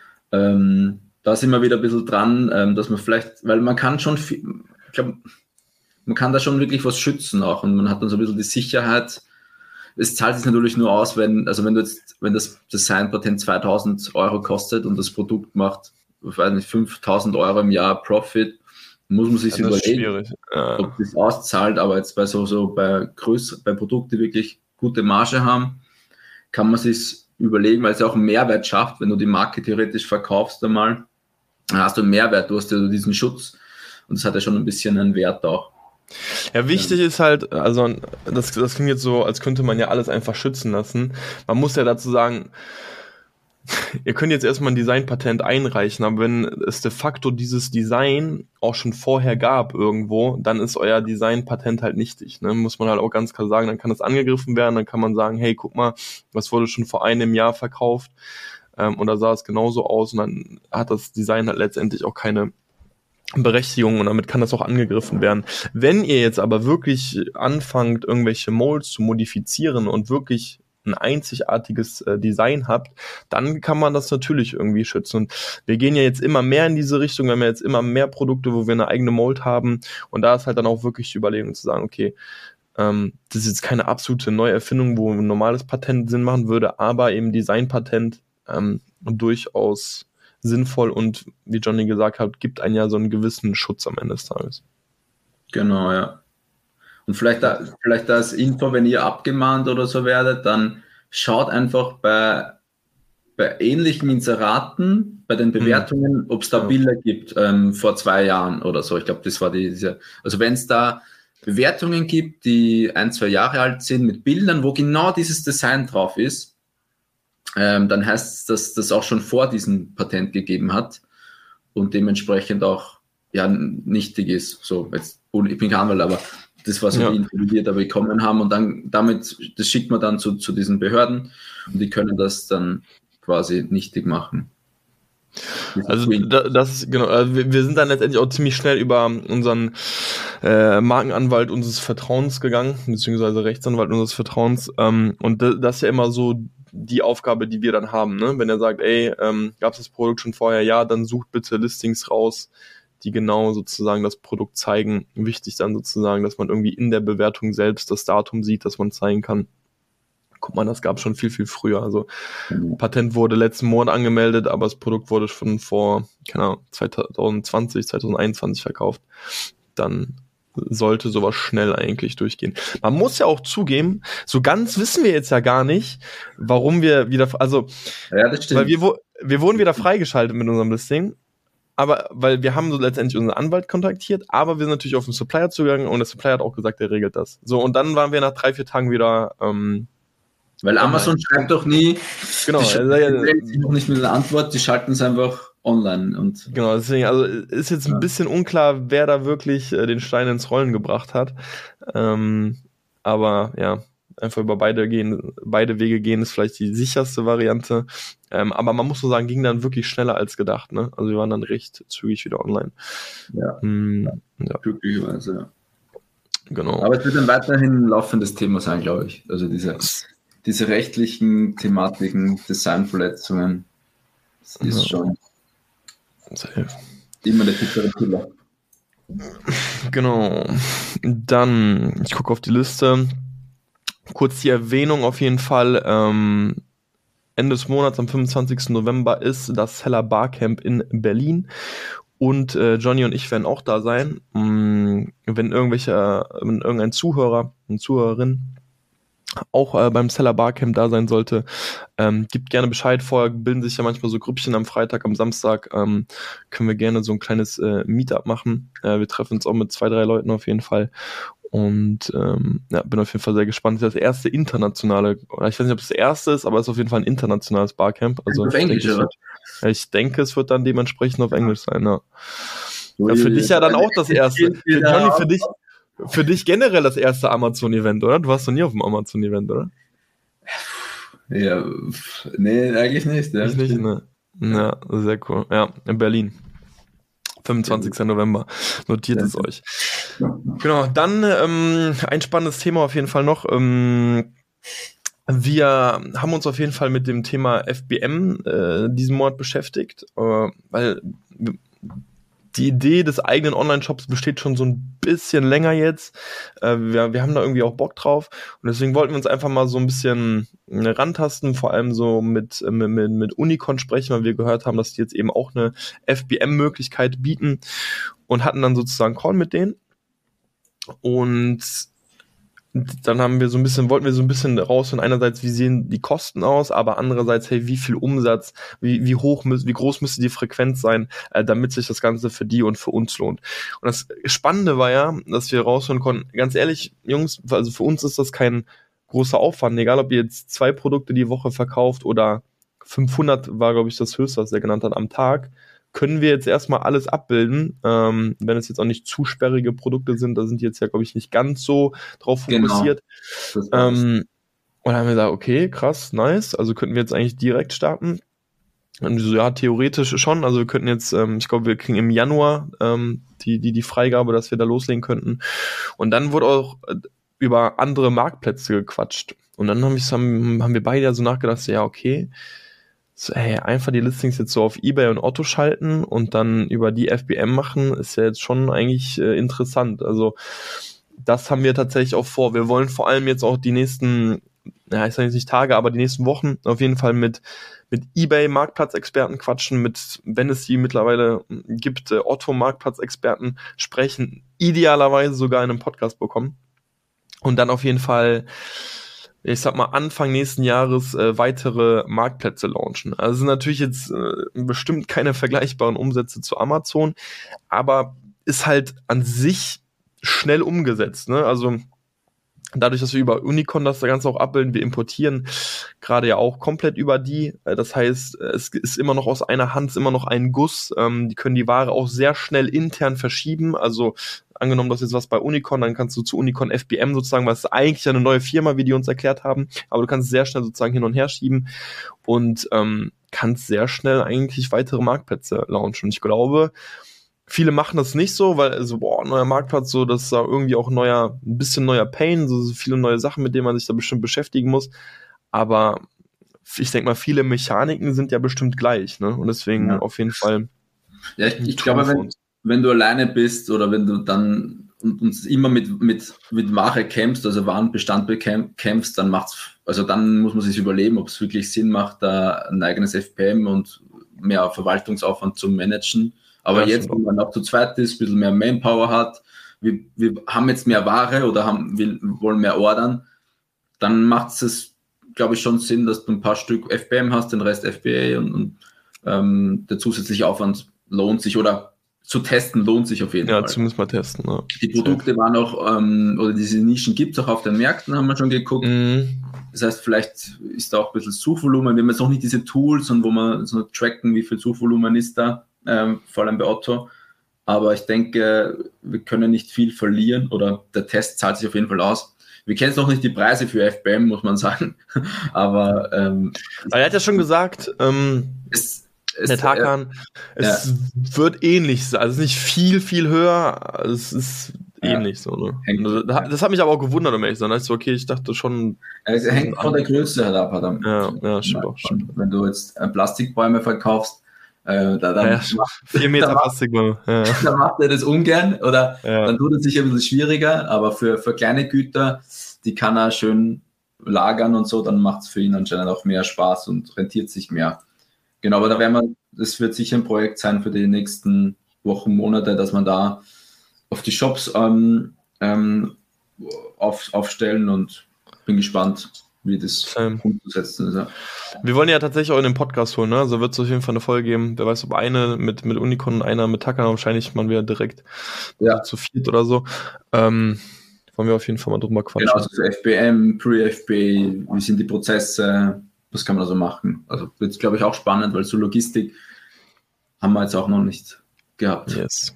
Ähm, da sind wir wieder ein bisschen dran, ähm, dass man vielleicht, weil man kann schon viel, ich glaube, man kann da schon wirklich was schützen auch, und man hat dann so ein bisschen die Sicherheit. Es zahlt sich natürlich nur aus, wenn, also wenn du jetzt, wenn das Designpatent zweitausend Euro kostet und das Produkt macht, ich weiß nicht, fünftausend Euro im Jahr Profit, muss man sich Ja, das ist überlegen, schwierig. Ja. ob das auszahlt, aber jetzt bei so, so bei größeren, bei Produkten, die wirklich gute Marge haben, kann man sich überlegen, weil es ja auch einen Mehrwert schafft, wenn du die Marke theoretisch verkaufst einmal, dann hast du einen Mehrwert, du hast ja diesen Schutz, und das hat ja schon ein bisschen einen Wert auch. Ja, wichtig ja. ist halt, also das, das klingt jetzt so, als könnte man ja alles einfach schützen lassen. Man muss ja dazu sagen, ihr könnt jetzt erstmal ein Designpatent einreichen, aber wenn es de facto dieses Design auch schon vorher gab irgendwo, dann ist euer Designpatent halt nichtig. Ne? Muss man halt auch ganz klar sagen, dann kann das angegriffen werden, dann kann man sagen, hey, guck mal, was wurde schon vor einem Jahr verkauft, ähm, und da sah es genauso aus, und dann hat das Design halt letztendlich auch keine Berechtigung, und damit kann das auch angegriffen werden. Wenn ihr jetzt aber wirklich anfangt, irgendwelche Molds zu modifizieren und wirklich ein einzigartiges äh, Design habt, dann kann man das natürlich irgendwie schützen. Und wir gehen ja jetzt immer mehr in diese Richtung, wir haben ja jetzt immer mehr Produkte, wo wir eine eigene Mold haben, und da ist halt dann auch wirklich die Überlegung zu sagen, okay, ähm, das ist jetzt keine absolute Neuerfindung, wo ein normales Patent Sinn machen würde, aber eben Designpatent ähm, durchaus sinnvoll und, wie Johnny gesagt hat, gibt einen ja so einen gewissen Schutz am Ende des Tages. Genau, ja. Und vielleicht, da, vielleicht als Info, wenn ihr abgemahnt oder so werdet, dann schaut einfach bei, bei ähnlichen Inseraten, bei den Bewertungen, mhm. ob es da ja. Bilder gibt ähm, vor zwei Jahren oder so. Ich glaube, das war diese, also wenn es da Bewertungen gibt, die ein, zwei Jahre alt sind, mit Bildern, wo genau dieses Design drauf ist, Ähm, dann heißt es, dass das auch schon vor diesem Patent gegeben hat und dementsprechend auch ja nichtig ist. So, jetzt, ich bin kein Anwalt, aber das war so ja. die Info, die wir da bekommen haben, und dann damit, das schickt man dann zu, zu diesen Behörden, und die können das dann quasi nichtig machen. Also da, das ist genau, also wir, wir sind dann letztendlich auch ziemlich schnell über unseren äh, Markenanwalt unseres Vertrauens gegangen, beziehungsweise Rechtsanwalt unseres Vertrauens, ähm, und das, das ist ja immer so die Aufgabe, die wir dann haben, ne? Wenn er sagt, ey, ähm, gab es das Produkt schon vorher, ja, dann sucht bitte Listings raus, die genau sozusagen das Produkt zeigen. Wichtig dann sozusagen, dass man irgendwie in der Bewertung selbst das Datum sieht, dass man zeigen kann. Guck mal, das gab es schon viel, viel früher. Also mhm. Patent wurde letzten Monat angemeldet, aber das Produkt wurde schon vor, keine Ahnung, zwanzig zwanzig, zwanzig einundzwanzig verkauft. Dann sollte sowas schnell eigentlich durchgehen. Man muss ja auch zugeben, so ganz wissen wir jetzt ja gar nicht, warum wir wieder, also, ja, das stimmt. weil wir, wir wurden wieder freigeschaltet mit unserem Listing, aber, weil wir haben so letztendlich unseren Anwalt kontaktiert, aber wir sind natürlich auf den Supplier zugegangen, und der Supplier hat auch gesagt, der regelt das. So, und dann waren wir nach drei, vier Tagen wieder, ähm, weil Amazon online. Schreibt doch nie, genau, die melden sich noch nicht mit einer Antwort, die schalten es einfach online. Und genau, deswegen, also ist jetzt ein ja. bisschen unklar, wer da wirklich äh, den Stein ins Rollen gebracht hat. Ähm, aber ja, einfach über beide gehen, beide Wege gehen ist vielleicht die sicherste Variante. Ähm, aber man muss so sagen, ging dann wirklich schneller als gedacht, ne? Also wir waren dann recht zügig wieder online. Ja, mm, ja. glücklicherweise, ja. Genau. Aber es wird dann weiterhin ein laufendes Thema sein, glaube ich. Also diese diese rechtlichen Thematiken, Designverletzungen, das ist ja. schon Safe. Immer der bittere Killer. Genau. Dann, ich gucke auf die Liste. Kurz die Erwähnung auf jeden Fall. Ähm, Ende des Monats, am fünfundzwanzigsten November, ist das Seller Barcamp in Berlin. Und äh, Johnny und ich werden auch da sein. Ähm, wenn irgendwelche, wenn irgendein Zuhörer, eine Zuhörerin auch äh, beim Seller Barcamp da sein sollte, ähm, gibt gerne Bescheid. Vorher bilden sich ja manchmal so Grüppchen am Freitag, am Samstag, ähm, können wir gerne so ein kleines äh, Meetup machen. Äh, wir treffen uns auch mit zwei, drei Leuten auf jeden Fall. Und ähm, ja, bin auf jeden Fall sehr gespannt. Das ist das erste internationale, oder ich weiß nicht, ob es das erste ist, aber es ist auf jeden Fall ein internationales Barcamp. Also auf Englisch, denke, oder? Es wird, ich denke, es wird dann dementsprechend auf Englisch sein. Ja, ja für dich ja dann auch das erste. Für, Johnny, für dich, für dich generell das erste Amazon-Event, oder? Du warst noch nie auf dem Amazon-Event, oder? Ja, nee, eigentlich nicht. Ja, ich nicht, ne? Ja, sehr cool. Ja, in Berlin. fünfundzwanzigsten November. Notiert es euch. Genau, dann ähm, ein spannendes Thema auf jeden Fall noch. Ähm, wir haben uns auf jeden Fall mit dem Thema F B M äh, diesen Monat beschäftigt, äh, weil die Idee des eigenen Online-Shops besteht schon so ein bisschen länger jetzt. Äh, wir, wir haben da irgendwie auch Bock drauf und deswegen wollten wir uns einfach mal so ein bisschen rantasten, vor allem so mit, mit, mit, mit Unicon sprechen, weil wir gehört haben, dass die jetzt eben auch eine F B M-Möglichkeit bieten und hatten dann sozusagen Call mit denen. Und dann haben wir so ein bisschen, wollten wir so ein bisschen rausfinden, einerseits, wie sehen die Kosten aus, aber andererseits, hey, wie viel Umsatz, wie, wie hoch, wie groß müsste die Frequenz sein, äh, damit sich das Ganze für die und für uns lohnt. Und das Spannende war ja, dass wir rausfinden konnten, ganz ehrlich, Jungs, also für uns ist das kein großer Aufwand, egal ob ihr jetzt zwei Produkte die Woche verkauft oder fünfhundert war, glaube ich, das Höchste, was er genannt hat, am Tag, können wir jetzt erstmal alles abbilden, ähm, wenn es jetzt auch nicht zu sperrige Produkte sind, da sind die jetzt ja, glaube ich, nicht ganz so drauf fokussiert. Genau. Ähm, und dann haben wir gesagt, okay, krass, nice, also könnten wir jetzt eigentlich direkt starten. Und so, ja, theoretisch schon, also wir könnten jetzt, ähm, ich glaube, wir kriegen im Januar ähm, die, die, die Freigabe, dass wir da loslegen könnten. Und dann wurde auch äh, über andere Marktplätze gequatscht. Und dann haben, ich, haben, haben wir beide ja so nachgedacht, so, ja, okay, so, hey, einfach die Listings jetzt so auf eBay und Otto schalten und dann über die F B M machen, ist ja jetzt schon eigentlich äh, interessant. Also das haben wir tatsächlich auch vor. Wir wollen vor allem jetzt auch die nächsten, ja, ich sage jetzt nicht Tage, aber die nächsten Wochen auf jeden Fall mit mit eBay-Marktplatzexperten quatschen, mit, wenn es die mittlerweile gibt, äh, Otto-Marktplatzexperten sprechen, idealerweise sogar in einem Podcast bekommen. Und dann auf jeden Fall, ich sag mal, Anfang nächsten Jahres äh, weitere Marktplätze launchen. Also es sind natürlich jetzt äh, bestimmt keine vergleichbaren Umsätze zu Amazon, aber ist halt an sich schnell umgesetzt, ne? Also dadurch, dass wir über Unicon das Ganze auch abbilden, wir importieren gerade ja auch komplett über die. Das heißt, es ist immer noch aus einer Hand, ist immer noch ein Guss. Ähm, die können die Ware auch sehr schnell intern verschieben. Also angenommen, du hast jetzt was bei Unicon, dann kannst du zu Unicon F B M sozusagen, was ist eigentlich eine neue Firma, wie die uns erklärt haben, aber du kannst es sehr schnell sozusagen hin und her schieben und ähm, kannst sehr schnell eigentlich weitere Marktplätze launchen. Und ich glaube, viele machen das nicht so, weil so, boah, neuer Marktplatz, so, das ist da irgendwie auch neuer, ein bisschen neuer Pain, so, so viele neue Sachen, mit denen man sich da bestimmt beschäftigen muss. Aber ich denke mal, viele Mechaniken sind ja bestimmt gleich, ne? Und deswegen ja. auf jeden Fall. Ja, ich, ich glaube, wenn, wenn du alleine bist oder wenn du dann und, und immer mit, mit, mit Ware kämpfst, also Warenbestand bekämpfst, dann macht's, also dann muss man sich überlegen, ob es wirklich Sinn macht, da ein eigenes F P M und mehr Verwaltungsaufwand zu managen. Aber ja, jetzt, wenn man auch zu zweit ist, ein bisschen mehr Manpower hat, wir, wir haben jetzt mehr Ware oder haben, wir wollen mehr ordern, dann macht es, glaube ich, schon Sinn, dass du ein paar Stück F B M hast, den Rest F B A und, und ähm, der zusätzliche Aufwand lohnt sich oder zu testen lohnt sich auf jeden ja, Fall. Ja, zumindest mal testen. Ja. Die Produkte waren auch, ähm, oder diese Nischen gibt es auch auf den Märkten, haben wir schon geguckt. Mhm. Das heißt, vielleicht ist da auch ein bisschen Suchvolumen. Wir haben jetzt noch nicht diese Tools, und wo man so tracken, wie viel Suchvolumen ist da. Ähm, vor allem bei Otto, aber ich denke, wir können nicht viel verlieren oder der Test zahlt sich auf jeden Fall aus. Wir kennen noch nicht die Preise für F B M, muss man sagen, aber ähm, er hat ja schon gesagt, ähm, es, es, der Tarkan, äh, es ja. wird ähnlich sein, also nicht viel, viel höher, es ist ja. ähnlich so, ne? Hängt, das, das hat mich aber auch gewundert, um ehrlich zu sein. Also, okay, ich dachte schon. Es hängt von der Größe halt ab. Halt ja, ja, stimmt auch. Stimmt. Wenn du jetzt Plastikbäume verkaufst, äh, da, dann ja, vier Meter Plastikbäume. Ja. Dann macht er das ungern oder ja. dann tut es sich ein bisschen schwieriger, aber für, für kleine Güter, die kann er schön lagern und so, dann macht es für ihn anscheinend auch mehr Spaß und rentiert sich mehr. Genau, aber da werden wir, das wird sicher ein Projekt sein für die nächsten Wochen, Monate, dass man da auf die Shops ähm, ähm, auf, aufstellen und bin gespannt, wie das ähm. umzusetzen ist. Ja. Wir wollen ja tatsächlich auch in den Podcast holen, ne? Also wird es auf jeden Fall eine Folge geben. Wer weiß, ob eine mit, mit Unicorn und einer mit Takana, wahrscheinlich mal wieder direkt ja. zu viert oder so. Ähm, wollen wir auf jeden Fall mal drüber quatschen. Genau, also so F B M, Pre-F B, wie sind die Prozesse, was kann man da so machen? Also wird es, glaube ich, auch spannend, weil so Logistik haben wir jetzt auch noch nicht gehabt. Yes.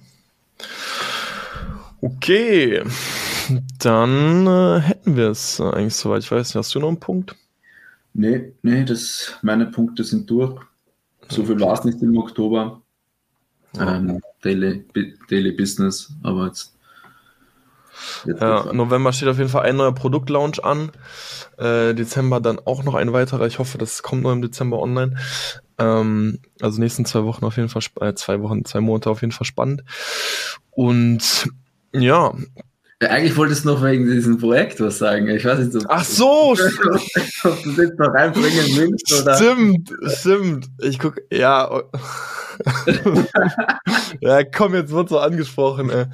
Okay, dann äh, hätten wir es eigentlich soweit. Ich weiß nicht, hast du noch einen Punkt? Nee, nee, das, meine Punkte sind durch. So viel war es nicht im Oktober. Ja. Ähm, Daily, Daily Business, aber jetzt. jetzt ja, November steht auf jeden Fall ein neuer Produktlaunch an. Äh, Dezember dann auch noch ein weiterer. Ich hoffe, das kommt noch im Dezember online. Ähm, also nächsten zwei Wochen auf jeden Fall, äh, zwei Wochen, zwei Monate auf jeden Fall spannend. Und ja. ja. Eigentlich wolltest du noch wegen diesem Projekt was sagen. Ich weiß nicht, ob, Ach so! ob du das noch reinbringen willst, oder? Stimmt, stimmt. Ich guck, ja. ja, komm, jetzt wird so angesprochen, ey.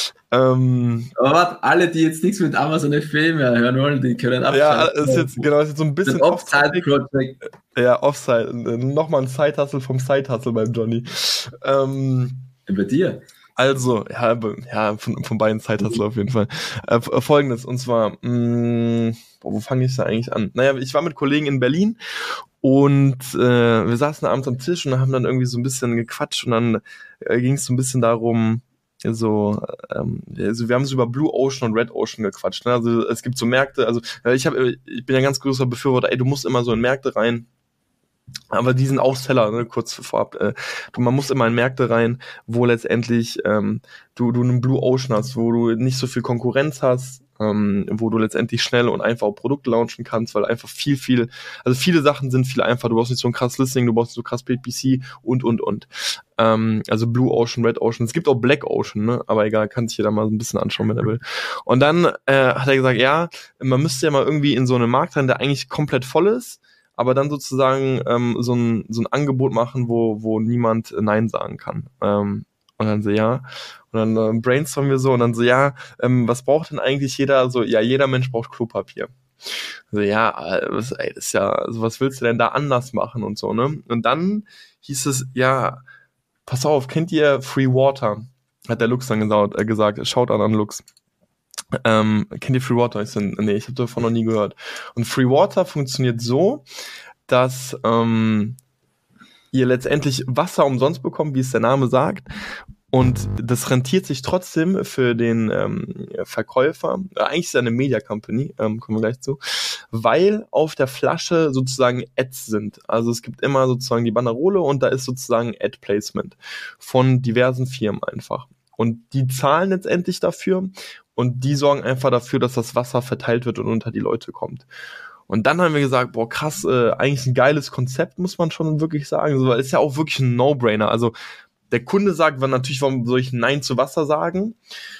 Ähm, aber warte, alle, die jetzt nichts mit Amazon F B A mehr hören wollen, die können abschalten. Ja, ist jetzt, genau, ist jetzt so ein bisschen Offside-Project. Ja, Offside. Nochmal ein Side-Hustle vom Side-Hustle beim Johnny. Ähm, Bei dir? Also, ja, ja von, von beiden Side-Hustle auf jeden Fall. Äh, Folgendes, und zwar, mh, boah, wo fange ich da eigentlich an? Naja, ich war mit Kollegen in Berlin und äh, wir saßen abends am Tisch und haben dann irgendwie so ein bisschen gequatscht und dann äh, ging es so ein bisschen darum, so, ähm, also wir haben so über Blue Ocean und Red Ocean gequatscht, ne? Also es gibt so Märkte, also ich habe, ich bin ja ganz großer Befürworter, ey, du musst immer so in Märkte rein, aber die sind auch Seller, ne, kurz vorab, äh, du, man muss immer in Märkte rein, wo letztendlich ähm, du, du einen Blue Ocean hast, wo du nicht so viel Konkurrenz hast, ähm, wo du letztendlich schnell und einfach auch Produkte launchen kannst, weil einfach viel, viel, also viele Sachen sind viel einfacher, du brauchst nicht so ein krass Listing, du brauchst nicht so krass P P C und, und, und. Ähm, also Blue Ocean, Red Ocean, es gibt auch Black Ocean, ne, aber egal, kann sich jeder mal so ein bisschen anschauen, wenn er will. Und dann äh, hat er gesagt, ja, man müsste ja mal irgendwie in so einen Markt rein, der eigentlich komplett voll ist, aber dann sozusagen ähm, so ein so ein Angebot machen, wo wo niemand Nein sagen kann. Ähm, und dann so, ja. Und dann äh, brainstormen wir so und dann so, ja, ähm, was braucht denn eigentlich jeder? So, ja, jeder Mensch braucht Klopapier. So, ja, was, ey, das ist ja, also was willst du denn da anders machen und so, ne? Und dann hieß es, ja, pass auf, kennt ihr Free Water? Hat der Lux dann gesagt, äh, gesagt schaut an an Lux. Ähm, kennt ihr Free Water? Ich so, nee, ich habe davon noch nie gehört. Und Free Water funktioniert so, dass ähm, ihr letztendlich Wasser umsonst bekommt, wie es der Name sagt. Und das rentiert sich trotzdem für den ähm, Verkäufer. Äh, eigentlich ist es eine Media Company, ähm, kommen wir gleich zu, weil auf der Flasche sozusagen Ads sind. Also es gibt immer sozusagen die Banderole und da ist sozusagen Ad Placement von diversen Firmen einfach. Und die zahlen letztendlich dafür und die sorgen einfach dafür, dass das Wasser verteilt wird und unter die Leute kommt. Und dann haben wir gesagt, boah, krass, äh, eigentlich ein geiles Konzept, muss man schon wirklich sagen. So, ist ja auch wirklich ein No-Brainer. Also der Kunde sagt, wann natürlich, warum soll ich Nein zu Wasser sagen?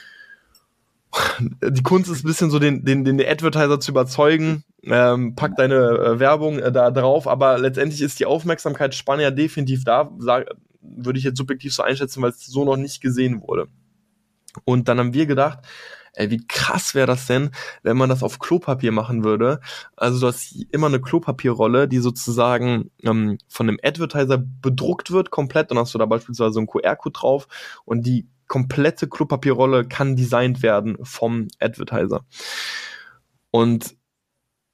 Die Kunst ist ein bisschen so, den, den, den Advertiser zu überzeugen, ähm, pack deine äh, Werbung äh, da drauf, aber letztendlich ist die Aufmerksamkeitsspanne ja definitiv da, sag, würde ich jetzt subjektiv so einschätzen, weil es so noch nicht gesehen wurde. Und dann haben wir gedacht, ey, wie krass wäre das denn, wenn man das auf Klopapier machen würde? Also du hast immer eine Klopapierrolle, die sozusagen ähm, von dem Advertiser bedruckt wird komplett, dann hast du da beispielsweise so einen Q R-Code drauf und die komplette Klopapierrolle kann designt werden vom Advertiser. Und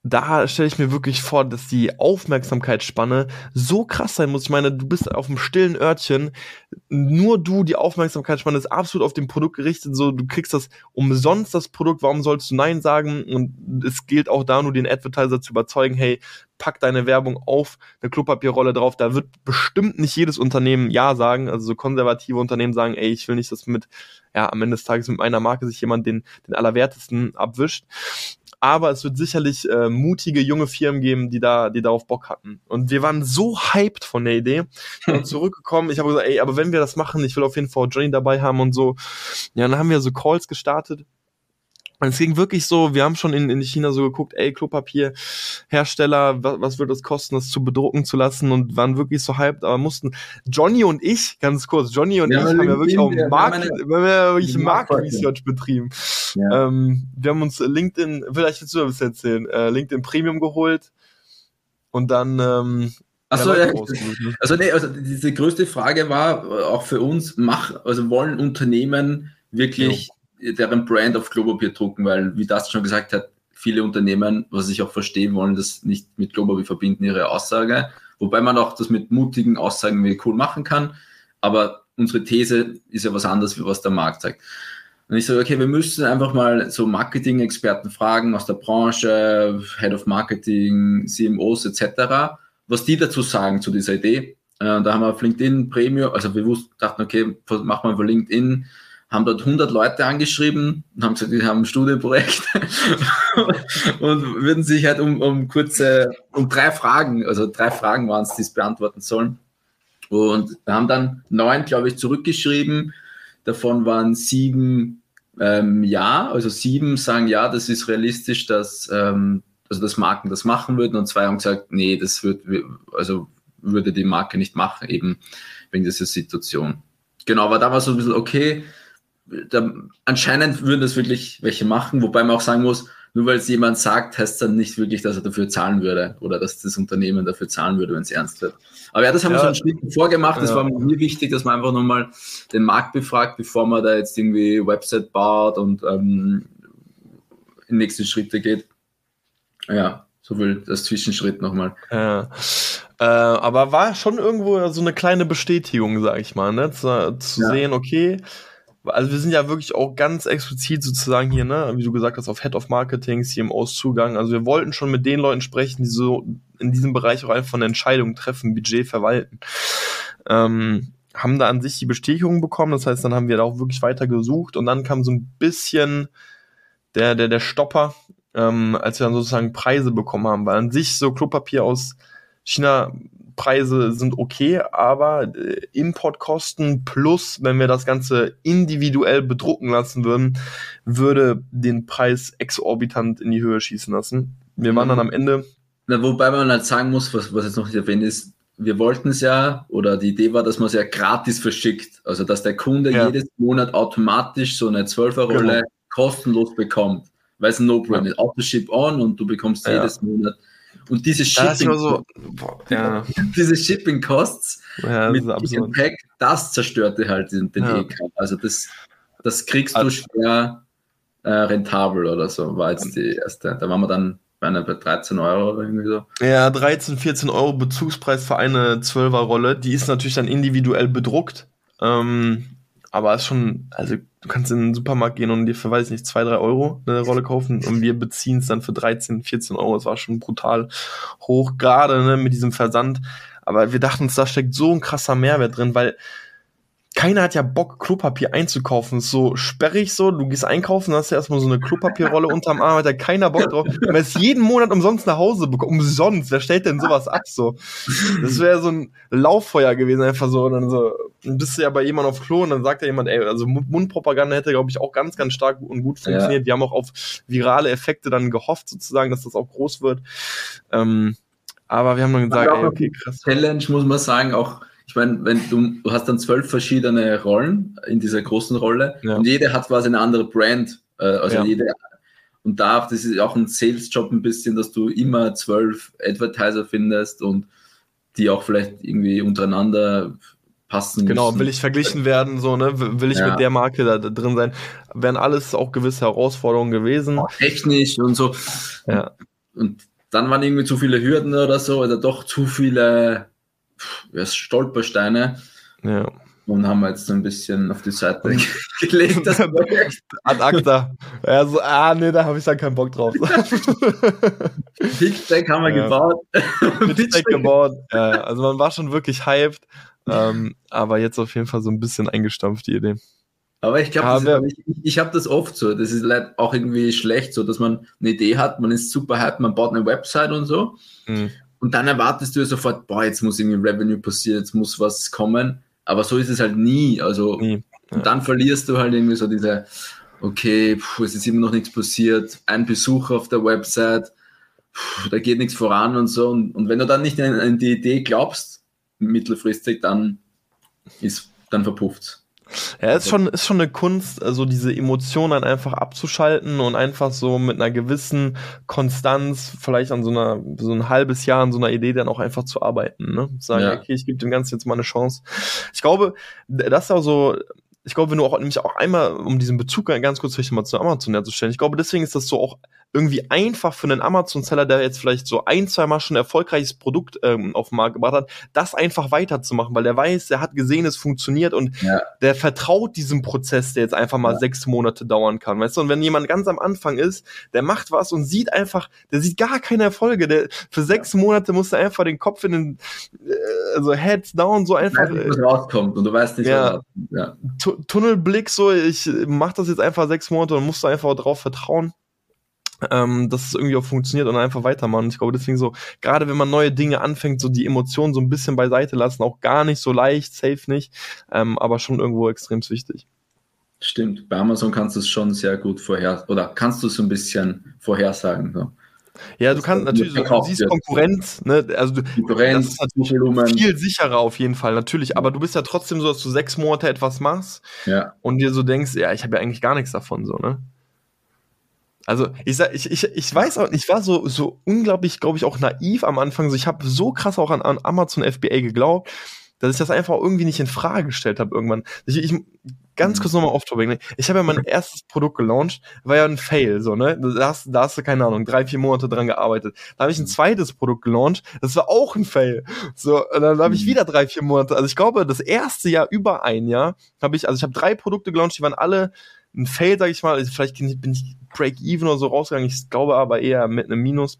da stelle ich mir wirklich vor, dass die Aufmerksamkeitsspanne so krass sein muss. Ich meine, du bist auf einem stillen Örtchen, nur du, die Aufmerksamkeitsspanne ist absolut auf dem Produkt gerichtet, so, du kriegst das umsonst, das Produkt, warum sollst du Nein sagen? Und es gilt auch da nur den Advertiser zu überzeugen, hey, pack deine Werbung auf eine Klopapierrolle drauf, da wird bestimmt nicht jedes Unternehmen Ja sagen, also so konservative Unternehmen sagen, ey, ich will nicht, dass mit, ja, am Ende des Tages mit meiner Marke sich jemand den, den Allerwertesten abwischt. Aber es wird sicherlich äh, mutige junge Firmen geben, die da, die darauf Bock hatten. Und wir waren so hyped von der Idee. Wir sind zurückgekommen. Ich habe gesagt, ey, aber wenn wir das machen, ich will auf jeden Fall Johnny dabei haben und so. Ja, dann haben wir so Calls gestartet. Und es ging wirklich so, wir haben schon in, in China so geguckt, ey, Klopapierhersteller, was, was wird das kosten, das zu bedrucken zu lassen, und waren wirklich so hyped, aber mussten, Johnny und ich, ganz kurz, Johnny und ja, ich haben ja wirklich auch Market, wir haben ja wirklich Market-Research betrieben. Ja. Ähm, wir haben uns LinkedIn, vielleicht willst du das erzählen, äh, LinkedIn Premium geholt und dann ähm, Achso, ja. Also nee, also diese größte Frage war auch für uns, mach, also wollen Unternehmen wirklich ja. deren Brand auf Klopapier drucken, weil, wie das schon gesagt hat, viele Unternehmen, was ich auch verstehen, wollen das nicht mit Klopapier verbinden, ihre Aussage, wobei man auch das mit mutigen Aussagen wie cool machen kann, aber unsere These ist ja was anderes, wie was der Markt sagt. Und ich sage, okay, wir müssen einfach mal so Marketing-Experten fragen aus der Branche, Head of Marketing, C M Os et cetera, was die dazu sagen zu dieser Idee. Äh, da haben wir auf LinkedIn Premium, also wir wussten, dachten, okay, machen wir über LinkedIn, haben dort hundert Leute angeschrieben und haben gesagt, die haben ein Studienprojekt und würden sich halt um, um kurze, um drei Fragen, also drei Fragen waren es, die es beantworten sollen. Und wir haben dann neun, glaube ich, zurückgeschrieben. Davon waren sieben ähm, ja, also sieben sagen ja, das ist realistisch, dass, ähm, also dass Marken das machen würden, und zwei haben gesagt, nee, das wird, also würde die Marke nicht machen, eben wegen dieser Situation. Genau, aber da war so ein bisschen, okay, da, anscheinend würden das wirklich welche machen, wobei man auch sagen muss, nur weil es jemand sagt, heißt es dann nicht wirklich, dass er dafür zahlen würde oder dass das Unternehmen dafür zahlen würde, wenn es ernst wird. Aber ja, das haben ja. wir so einen Schritt vorgemacht. Das ja. war mir wichtig, dass man einfach nochmal den Markt befragt, bevor man da jetzt irgendwie Website baut und ähm, in nächste Schritte geht. Ja, so viel das Zwischenschritt nochmal. Ja. Äh, aber war schon irgendwo so eine kleine Bestätigung, sag ich mal, ne? Zu, zu ja. sehen, okay, also wir sind ja wirklich auch ganz explizit sozusagen hier, ne, wie du gesagt hast, auf Head of Marketing, C M Os Zugang. Also wir wollten schon mit den Leuten sprechen, die so in diesem Bereich auch einfach eine Entscheidung treffen, Budget verwalten. Ähm, haben da an sich die Bestätigung bekommen, das heißt, dann haben wir da auch wirklich weiter gesucht, und dann kam so ein bisschen der, der, der Stopper, ähm, als wir dann sozusagen Preise bekommen haben, weil an sich so Klopapier aus China, Preise sind okay, aber äh, Importkosten plus, wenn wir das Ganze individuell bedrucken lassen würden, würde den Preis exorbitant in die Höhe schießen lassen. Wir waren dann am Ende... Na, wobei man halt sagen muss, was, was jetzt noch nicht erwähnt ist, wir wollten es ja, oder die Idee war, dass man es ja gratis verschickt. Also, dass der Kunde ja. jedes Monat automatisch so eine zwölfer-Rolle genau. kostenlos bekommt. Weil es ein No-Brainer ist. Auto-Ship on und du bekommst ja. jedes Monat. Und diese Shipping, so, boah, ja. diese Shipping Costs ja, mit dem Pack, das zerstörte halt den, den ja. E K. Also das, das kriegst du schwer äh, rentabel oder so, war jetzt die erste. Da waren wir dann bei einer bei dreizehn Euro oder irgendwie so. Ja, dreizehn, vierzehn Euro Bezugspreis für eine zwölfer-Rolle. Die ist natürlich dann individuell bedruckt. Ähm, aber ist schon, also du kannst in den Supermarkt gehen und dir für, weiß ich nicht, zwei, drei Euro eine Rolle kaufen, und wir beziehen es dann für dreizehn, vierzehn Euro. Das war schon brutal hoch, gerade ne, mit diesem Versand. Aber wir dachten uns, da steckt so ein krasser Mehrwert drin, weil keiner hat ja Bock, Klopapier einzukaufen. Das ist so sperrig so, du gehst einkaufen, hast ja erstmal so eine Klopapierrolle unterm Arm, hat ja keiner Bock drauf. Man ist jeden Monat umsonst nach Hause bekommen, umsonst. Wer stellt denn sowas ab so? Das wäre so ein Lauffeuer gewesen, einfach so. Und dann so, dann bist du ja bei jemandem auf Klo und dann sagt ja jemand, ey, also Mundpropaganda hätte, glaube ich, auch ganz, ganz stark und gut funktioniert. Ja. Wir haben auch auf virale Effekte dann gehofft, sozusagen, dass das auch groß wird. Ähm, aber wir haben dann gesagt, ey, okay, krass. Challenge, muss man sagen, auch, ich meine, wenn du, du hast dann zwölf verschiedene Rollen in dieser großen Rolle, ja. und jede hat quasi eine andere Brand, äh, also ja. jede, und da, das ist auch ein Sales-Job ein bisschen, dass du immer zwölf Advertiser findest und die auch vielleicht irgendwie untereinander passen Genau, müssen. Will ich verglichen werden, so, ne, will ich ja. mit der Marke da, da drin sein, wären alles auch gewisse Herausforderungen gewesen. Auch technisch und so. Ja. Und dann waren irgendwie zu viele Hürden oder so, oder doch zu viele ja, Stolpersteine. Ja. Und haben wir jetzt so ein bisschen auf die Seite gelegt. Das Ad acta. Ja, so, ah, nee, da habe ich dann keinen Bock drauf. Pitch-Deck haben wir ja. gebaut. Pitch-Deck gebaut. Ja, also man war schon wirklich hyped. Ähm, aber jetzt auf jeden Fall so ein bisschen eingestampft, die Idee. Aber ich glaube, ja, ich, ich habe das oft so. Das ist leider auch irgendwie schlecht, so dass man eine Idee hat, man ist super hyped, man baut eine Website und so. Mhm. Und dann erwartest du ja sofort, boah, jetzt muss irgendwie Revenue passieren, jetzt muss was kommen. Aber so ist es halt nie. Also, nie. Ja. Und dann verlierst du halt irgendwie so diese, okay, puh, es ist immer noch nichts passiert, ein Besuch auf der Website, puh, da geht nichts voran und so. Und, und wenn du dann nicht in, in die Idee glaubst, mittelfristig, dann ist, dann verpufft's. Ja, ist schon, ist schon eine Kunst, also diese Emotionen einfach abzuschalten und einfach so mit einer gewissen Konstanz, vielleicht an so einer, so ein halbes Jahr an so einer Idee dann auch einfach zu arbeiten, ne? Sagen, ja. okay, ich gebe dem Ganzen jetzt mal eine Chance. Ich glaube, das ist auch so, ich glaube, wenn du auch, nämlich auch einmal, um diesen Bezug ganz kurz vielleicht mal zu Amazon herzustellen, ich glaube, deswegen ist das so auch irgendwie einfach für einen Amazon-Seller, der jetzt vielleicht so ein, zwei Mal schon ein erfolgreiches Produkt ähm, auf den Markt gebracht hat, das einfach weiterzumachen, weil der weiß, der hat gesehen, es funktioniert und ja. der vertraut diesem Prozess, der jetzt einfach mal ja. sechs Monate dauern kann, weißt du? Und wenn jemand ganz am Anfang ist, der macht was und sieht einfach, der sieht gar keine Erfolge, der für sechs ja. Monate muss er einfach den Kopf in den, äh, also Heads down, so einfach. Du weißt nicht, was rauskommt und du weißt nicht, ja, was rauskommt. Ja. Tu- Tunnelblick, so, ich mach das jetzt einfach sechs Monate und musst du einfach drauf vertrauen. Ähm, dass es irgendwie auch funktioniert und einfach weitermachen. Ich glaube, deswegen so, gerade wenn man neue Dinge anfängt, so die Emotionen so ein bisschen beiseite lassen, auch gar nicht so leicht, safe nicht, ähm, aber schon irgendwo extrem wichtig. Stimmt, bei Amazon kannst du es schon sehr gut vorher, oder kannst du es so ein bisschen vorhersagen. So. Ja, du kannst natürlich, so, du siehst Konkurrenz, ne, also du, Konkurrenz, das ist natürlich Volumen. Viel sicherer auf jeden Fall, natürlich, aber du bist ja trotzdem so, dass du sechs Monate etwas machst ja. und dir so denkst, ja, ich habe ja eigentlich gar nichts davon, so, ne? Also ich sag, ich, ich, ich weiß auch, ich war so, so unglaublich, glaube ich, auch naiv am Anfang. So, ich habe so krass auch an, an Amazon F B A geglaubt, dass ich das einfach irgendwie nicht in Frage gestellt habe irgendwann. Ich, ich ganz kurz nochmal off-topic. Ich habe ja mein erstes Produkt gelauncht, war ja ein Fail, so, ne? Da hast, da hast du, keine Ahnung, drei, vier Monate dran gearbeitet. Da habe ich ein zweites Produkt gelauncht, das war auch ein Fail. So, und dann habe ich wieder drei, vier Monate. Also ich glaube, das erste Jahr über ein Jahr habe ich, also ich habe drei Produkte gelauncht, die waren alle ein Fail, sag ich mal. Also vielleicht bin ich Break-Even oder so rausgegangen. Ich glaube aber eher mit einem Minus.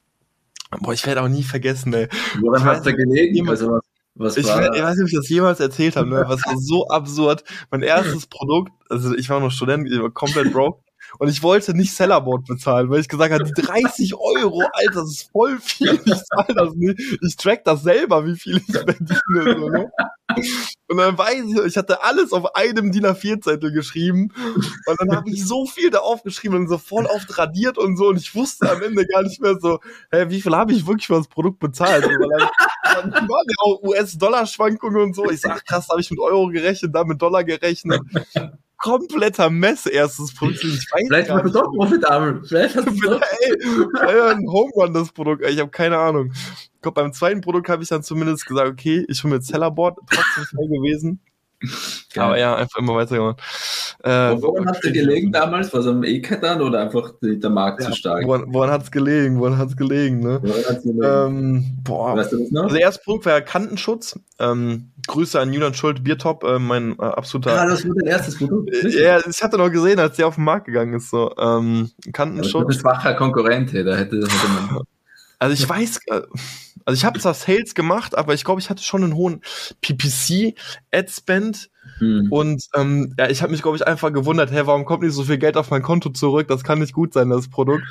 Boah, ich werde auch nie vergessen, ey. Woran hast du gelegen? Also was, was ich, war ich weiß nicht, ob ich das jemals erzählt habe, ne? Was war so absurd. Mein erstes Produkt, also ich war noch Student, ich war komplett broke. Und ich wollte nicht Sellerboard bezahlen, weil ich gesagt habe, dreißig Euro, Alter, das ist voll viel, ich zahle das nicht. Ich track das selber, wie viel ich verdiene. So, ne? Und dann weiß ich, ich hatte alles auf einem D I N A vier Zettel geschrieben und dann habe ich so viel da aufgeschrieben und so voll oft radiert und so und ich wusste am Ende gar nicht mehr so, hä, wie viel habe ich wirklich für das Produkt bezahlt? So, weil dann, dann waren ja auch U S-Dollar-Schwankungen und so. Ich sag, krass, habe ich mit Euro gerechnet, da mit Dollar gerechnet. Kompletter Mess, erstes Produkt. Ich weiß Vielleicht gar hast du doch profitabel. Vielleicht hast du doch. Ey, ein Home Run, das Produkt. Ich habe keine Ahnung. Ich glaub, beim zweiten Produkt habe ich dann zumindest gesagt, okay, ich hole mir Sellerboard, trotzdem fair gewesen. Geil. Aber ja, einfach immer weitergemacht. Äh, woran hat es gelegen damals? War es am E-Cat dann oder einfach der Markt ja, zu stark? Woran, woran hat es gelegen? Woran hat es gelegen, ne? Woran hat's gelegen? Ähm, boah. Weißt du das noch? Also der erste Punkt war ja Kantenschutz. Ähm, Grüße an Julian Schult, Biertop, äh, mein äh, absoluter... Ah, das war dein erstes Produkt? Ja, ich hatte noch gesehen, als der auf den Markt gegangen ist. So. Ähm, Kantenschutz. Ja, das ist ein schwacher Konkurrent, da hätte, hätte man... Also ich weiß, also ich habe zwar Sales gemacht, aber ich glaube, ich hatte schon einen hohen P P C-Ad-Spend hm. und ähm, ja, ich habe mich, glaube ich, einfach gewundert, hey, warum kommt nicht so viel Geld auf mein Konto zurück? Das kann nicht gut sein, das Produkt.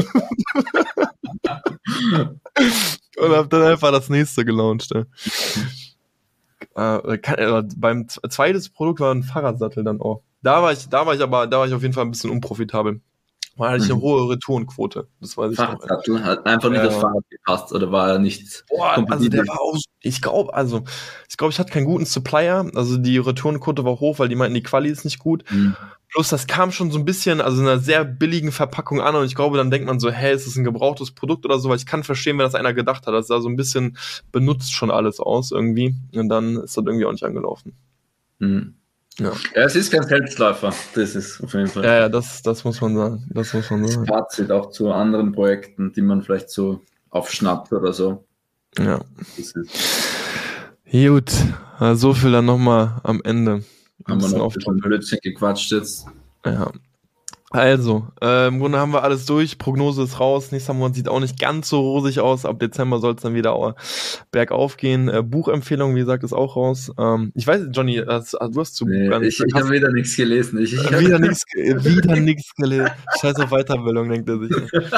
Und habe dann einfach das nächste gelauncht. Ja. Äh, kann, äh, beim z- zweites Produkt war ein Fahrradsattel dann auch. Da war ich, da war ich aber, da war ich auf jeden Fall ein bisschen unprofitabel. War hatte ich eine mhm. hohe Retourenquote. Das weiß ich Fahrradsattel noch. Hat einfach nicht ja. das Fahrrad gepasst oder war er nicht. Boah, also der war auch, ich glaube, also, ich glaube, ich hatte keinen guten Supplier. Also die Retourenquote war hoch, weil die meinten, die Quali ist nicht gut. Mhm. Plus, das kam schon so ein bisschen, also in einer sehr billigen Verpackung an und ich glaube, dann denkt man so, hey, ist das ein gebrauchtes Produkt oder so, weil ich kann verstehen, wenn das einer gedacht hat. Das sah so ein bisschen benutzt schon alles aus irgendwie und dann ist das irgendwie auch nicht angelaufen. Mhm. Ja. ja, es ist kein Selbstläufer, das ist auf jeden Fall. Ja, ja, das, das muss man sagen. Das muss man sagen. Das Fazit auch zu anderen Projekten, die man vielleicht so auf Schnaps oder so. Ja. Das ist, Gut, so viel dann nochmal am Ende. haben wir noch ein bisschen Blödsinn gequatscht jetzt. Ja. Also, äh, im Grunde haben wir alles durch. Prognose ist raus. Nächster Monat sieht auch nicht ganz so rosig aus. Ab Dezember soll es dann wieder auch bergauf gehen. Äh, Buchempfehlung, wie gesagt, ist auch raus. Ähm, ich weiß nicht, Johnny, hast, du hast zu nee, Buch. Ich, ich habe wieder nichts gelesen. Ich, ich wieder nichts wieder nichts gelesen. Scheiß auf Weiterbildung, denkt er sich.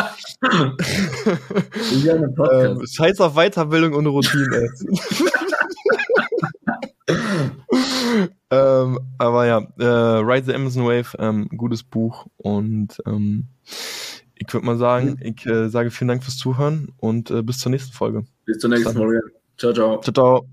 Ich habe einen Podcast. ähm, Scheiß auf Weiterbildung und Routine, ey. ähm, aber ja, äh, Ride the Amazon Wave, ähm, gutes Buch und ähm, ich würde mal sagen, ich äh, sage vielen Dank fürs Zuhören und äh, bis zur nächsten Folge. Bis zur nächsten Folge. Ciao, ciao. Ciao, ciao.